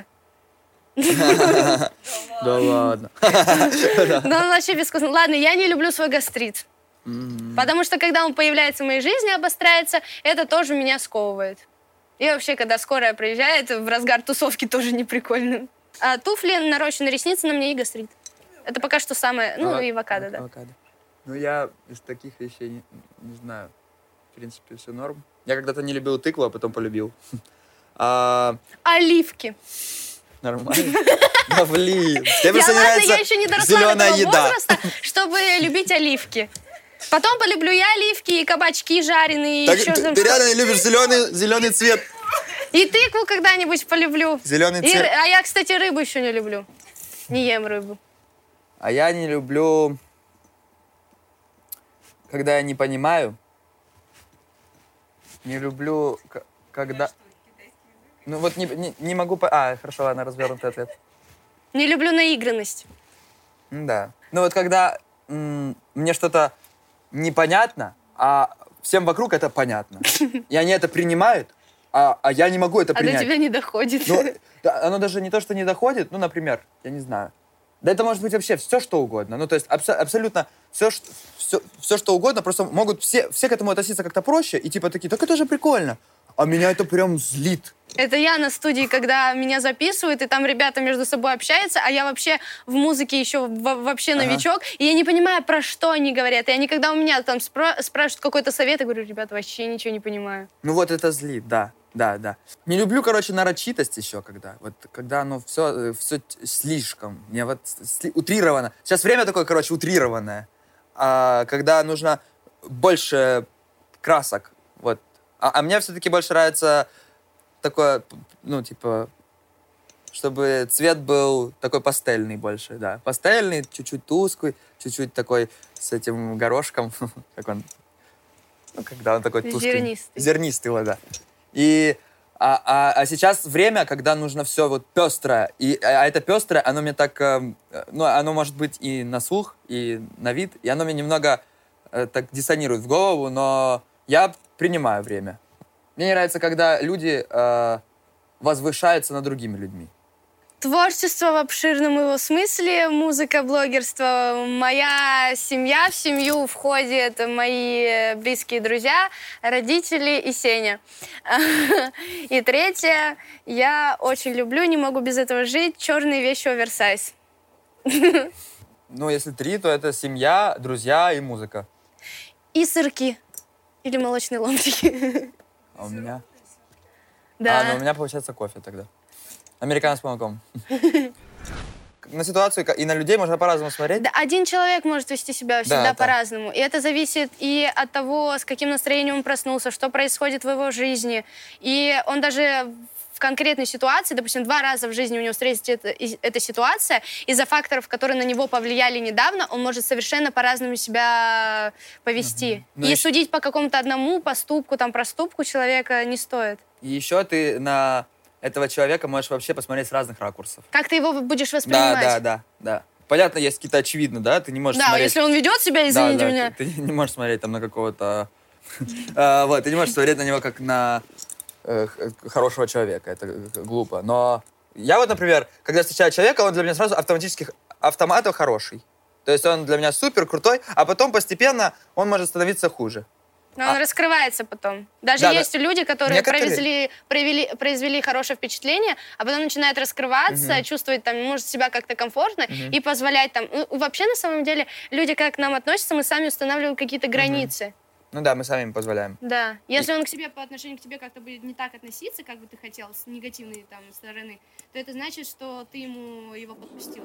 Speaker 3: Да ладно.
Speaker 1: Да он вообще безвкусный. Ладно, я не люблю свой гастрит. Потому что, когда он появляется в моей жизни, обостряется, это тоже меня сковывает. И вообще, когда скорая приезжает, в разгар тусовки тоже не прикольно. А туфли, нарощенные ресницы на мне и гастрит. Это пока что самое... Ну,
Speaker 3: А,
Speaker 1: и авокадо, да.
Speaker 3: авокадо. Ну, я из таких вещей не, не знаю. В принципе, все норм. Я когда-то не любил тыкву, а потом полюбил. А,
Speaker 1: Оливки.
Speaker 3: нормально. Да блин. Тебе
Speaker 1: Я,
Speaker 3: просто не
Speaker 1: ладно,
Speaker 3: нравится
Speaker 1: я еще не доросла до
Speaker 3: зеленая
Speaker 1: того
Speaker 3: еда.
Speaker 1: возраста, чтобы любить оливки. Потом полюблю и оливки, и кабачки жареные, и
Speaker 3: Так,
Speaker 1: еще
Speaker 3: ты,
Speaker 1: там
Speaker 3: ты
Speaker 1: что.
Speaker 3: реально не любишь зеленый, зеленый цвет?
Speaker 1: И тыкву когда-нибудь полюблю.
Speaker 3: Зеленый
Speaker 1: И-
Speaker 3: цвет.
Speaker 1: а я, кстати, рыбу еще не люблю. Не ем рыбу.
Speaker 3: А я не люблю, когда я не понимаю. Не люблю, к- когда... Ну вот не, не, не могу... по- А, хорошо, ладно, развернутый ответ.
Speaker 1: Не люблю наигранность.
Speaker 3: Да. Ну вот когда м, мне что-то непонятно, а всем вокруг это понятно. И они это принимают, а, а я не могу это
Speaker 1: А до
Speaker 3: принять.
Speaker 1: тебя не доходит.
Speaker 3: Ну, да, оно даже не то, что не доходит, ну, например, я не знаю. Да это может быть вообще все, что угодно. Ну, то есть абсо- абсолютно все, что- все, все, что угодно, просто могут все, все к этому относиться как-то проще, и типа такие, так это же прикольно. А меня это прям злит.
Speaker 1: Это я на студии, когда меня записывают, и там ребята между собой общаются, а я вообще в музыке еще во- вообще
Speaker 3: Ага.
Speaker 1: новичок, и я не понимаю, про что они говорят. И они, когда у меня там спра- спрашивают какой-то совет, я говорю, ребята, вообще ничего не понимаю.
Speaker 3: Ну вот это злит, да, да, да. Не люблю, короче, нарочитость еще, когда. Вот когда оно все, все слишком. Мне вот сли- утрировано. Сейчас время такое, короче, утрированное. А, когда нужно больше красок. Вот. А, а мне все-таки больше нравится такое, ну, типа, чтобы цвет был такой пастельный больше, да. Пастельный, чуть-чуть тусклый, чуть-чуть такой с этим горошком, как он, ну, когда он такой тусклый.
Speaker 1: Зернистый.
Speaker 3: Зернистый, вот, да. И, а, а, а сейчас время, когда нужно все вот пестрое, и, а это пестрое, оно мне так, э, ну, оно может быть и на слух, и на вид, и оно мне немного э, так диссонирует в голову, но я принимаю время. Мне не нравится, когда люди э, возвышаются над другими людьми.
Speaker 1: Творчество в обширном его смысле, музыка, блогерство. Моя семья, в семью входят мои близкие друзья, родители и Сеня. И третье, я очень люблю, не могу без этого жить, черные вещи оверсайз.
Speaker 3: Ну, если три, то это семья, друзья и музыка.
Speaker 1: И сырки. Или молочные ломтики.
Speaker 3: А у меня?
Speaker 1: Да.
Speaker 3: А, ну у меня получается кофе тогда. Американо с молоком. на ситуацию и на людей можно по-разному смотреть.
Speaker 1: Да, один человек может вести себя всегда
Speaker 3: Да, да.
Speaker 1: по-разному. И это зависит и от того, с каким настроением он проснулся, что происходит в его жизни. И он даже в конкретной ситуации, допустим, два раза в жизни у него встретится эта, эта ситуация, из-за факторов, которые на него повлияли недавно, он может совершенно по-разному себя повести.
Speaker 3: Ну,
Speaker 1: и
Speaker 3: и-
Speaker 1: судить по какому-то одному поступку, там, проступку человека не стоит.
Speaker 3: И еще ты на этого человека можешь вообще посмотреть с разных ракурсов.
Speaker 1: Как ты его будешь
Speaker 3: Да,
Speaker 1: воспринимать?
Speaker 3: да, да, да. Понятно, есть какие-то очевидно, да, ты не можешь
Speaker 1: Да,
Speaker 3: смотреть...
Speaker 1: если он ведет себя,
Speaker 3: Да,
Speaker 1: извините
Speaker 3: да,
Speaker 1: меня.
Speaker 3: Ты, ты не можешь смотреть там на какого-то... а, Вот, ты не можешь смотреть на него как на э, х- хорошего человека. Это э, глупо. Но я вот, например, когда встречаю человека, он для меня сразу автоматически х- автоматом хороший. То есть он для меня супер крутой, а потом постепенно он может становиться хуже.
Speaker 1: Но он
Speaker 3: А-
Speaker 1: раскрывается потом. Даже
Speaker 3: Да, да.
Speaker 1: есть люди, которые
Speaker 3: Некоторые-
Speaker 1: провезли, провели, произвели хорошее впечатление, а потом начинают раскрываться,
Speaker 3: Мгм.
Speaker 1: чувствовать там, может, себя как-то комфортно
Speaker 3: Мгм.
Speaker 1: и позволять там... Ну, вообще, на самом деле, люди, как к нам относятся, мы сами устанавливаем какие-то границы.
Speaker 3: Ну да, мы сами им позволяем.
Speaker 1: Да. Если он к себе по отношению к тебе как-то будет не так относиться, как бы ты хотел, с негативной там стороны, то это значит, что ты ему его подпустил.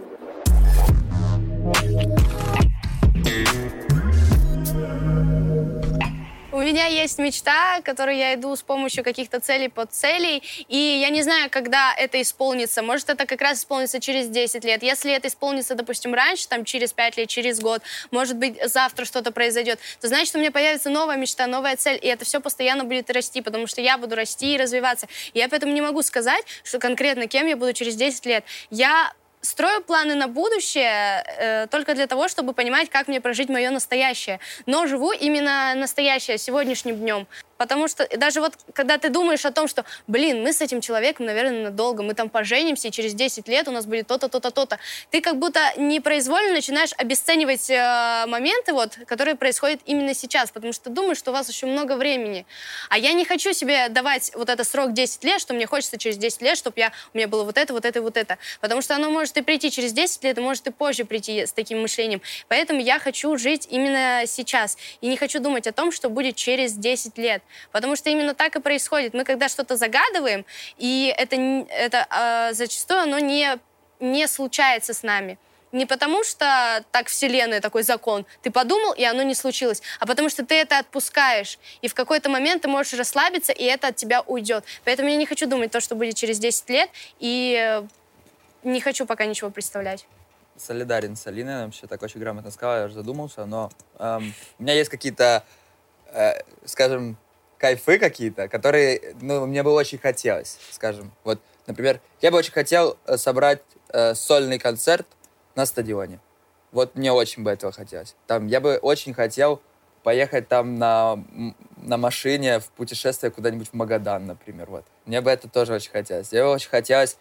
Speaker 1: У меня есть мечта, к которой я иду с помощью каких-то целей под целей, и я не знаю, когда это исполнится. Может, это как раз исполнится через десять лет. Если это исполнится, допустим, раньше, там, через пять лет, через год, может быть, завтра что-то произойдет, то значит, у меня появится новая мечта, новая цель, и это все постоянно будет расти, потому что я буду расти и развиваться. И я поэтому не могу сказать, что конкретно кем я буду через десять лет. Я строю планы на будущее э, только для того, чтобы понимать, как мне прожить мое настоящее. Но живу именно настоящее, сегодняшним днем. Потому что даже вот, когда ты думаешь о том, что, блин, мы с этим человеком, наверное, надолго, мы там поженимся, и через десять лет у нас будет то-то, то-то, то-то, ты как будто непроизвольно начинаешь обесценивать э, моменты, вот, которые происходят именно сейчас, потому что ты думаешь, что у вас еще много времени. А я не хочу себе давать вот этот срок десять лет, что мне хочется через десять лет, чтобы я, у меня было вот это, вот это и вот это. Потому что оно может и прийти через десять лет, и может и позже прийти с таким мышлением. Поэтому я хочу жить именно сейчас. И не хочу думать о том, что будет через десять лет. Потому что именно так и происходит. Мы когда что-то загадываем, и это, н- это э, зачастую оно не, не случается с нами. Не потому что так вселенная, такой закон. Ты подумал, и оно не случилось. А потому что ты это отпускаешь. И в какой-то момент ты можешь расслабиться, и это от тебя уйдет. Поэтому я не хочу думать то, что будет через десять лет. И э, не хочу пока ничего представлять.
Speaker 3: Солидарен с Алиной, она вообще так очень грамотно сказала, я уже задумался, но эм, у меня есть какие-то, э, скажем, кайфы какие-то, которые, ну, мне бы очень хотелось, скажем. Вот, например, я бы очень хотел э, собрать э, сольный концерт на стадионе. Вот мне очень бы этого хотелось. Там, я бы очень хотел поехать там на, м- на машине в путешествие куда-нибудь в Магадан, например, вот. Мне бы это тоже очень хотелось. Мне бы очень хотелось,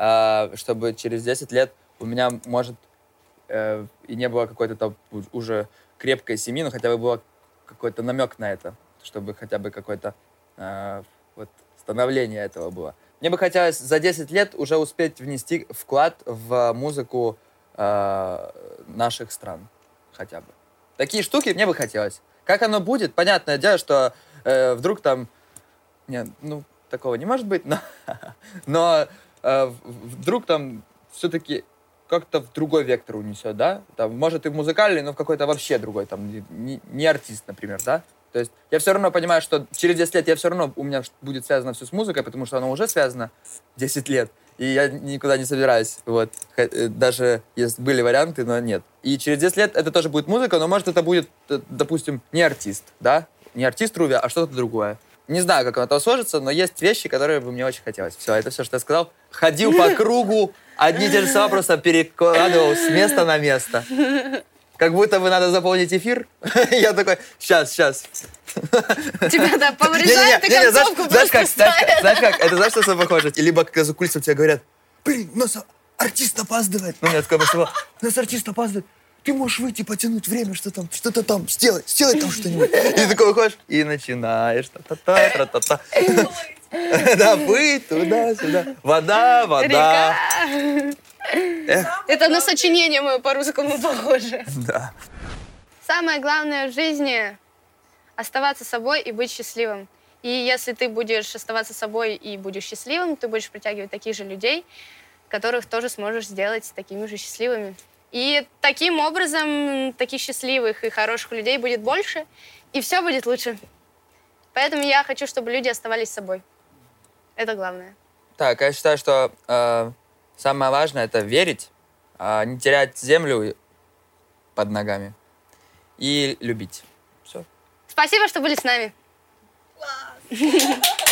Speaker 3: э, чтобы через десять лет у меня, может, э, и не было какой-то там у- уже крепкой семьи, но хотя бы был какой-то намек на это, чтобы хотя бы какое-то э, вот, становление этого было. Мне бы хотелось за десять лет уже успеть внести вклад в музыку э, наших стран хотя бы. Такие штуки мне бы хотелось. Как оно будет, понятное дело, что э, вдруг там... Нет, ну, такого не может быть, но, но э, в- вдруг там все-таки как-то в другой вектор унесет, да? Там, может, и в музыкальный, но в какой-то вообще другой, там, не, не артист, например, да? То есть я все равно понимаю, что через десять лет я все равно, у меня будет связано все с музыкой, потому что оно уже связано десять лет, и я никуда не собираюсь, вот. Х- э, Даже если были варианты, но нет. И через десять лет это тоже будет музыка, но может это будет, э, допустим, не артист, да? Не артист Руви, а что-то другое. Не знаю, как оно там сложится, но есть вещи, которые бы мне очень хотелось. Все, это все, что я сказал. Ходил по кругу, одни и те же слова просто перекладывал с места на место. Как будто бы надо заполнить эфир. Я такой, сейчас, сейчас.
Speaker 1: Тебя, да, повырезают и
Speaker 3: Не-не-не, знаешь,
Speaker 1: концовку
Speaker 3: знаешь
Speaker 1: просто
Speaker 3: как, знаешь, как,
Speaker 1: вставят.
Speaker 3: знаешь как, это знаешь, что это похоже? И либо как за кулисами тебе говорят, блин, у нас артист опаздывает. Ну, у меня такое было, у нас артист опаздывает. Ты можешь выйти, потянуть время, что там, что-то там, сделай, сделай там что-нибудь. И ты такой выходишь и начинаешь. Та-та-та, тра-та-та. Да, быть туда-сюда. Вода, вода.
Speaker 1: Река.
Speaker 3: Эх,
Speaker 1: Это на сочинение мое по-русскому похоже.
Speaker 3: да.
Speaker 1: Самое главное в жизни — оставаться собой и быть счастливым. И если ты будешь оставаться собой и будешь счастливым, ты будешь притягивать таких же людей, которых тоже сможешь сделать такими же счастливыми. И таким образом таких счастливых и хороших людей будет больше, и все будет лучше. Поэтому я хочу, чтобы люди оставались собой. Это главное.
Speaker 3: Так, я считаю, что э, самое важное — это верить, э, не терять землю под ногами и любить. Все.
Speaker 1: Спасибо, что были с нами.
Speaker 4: Класс!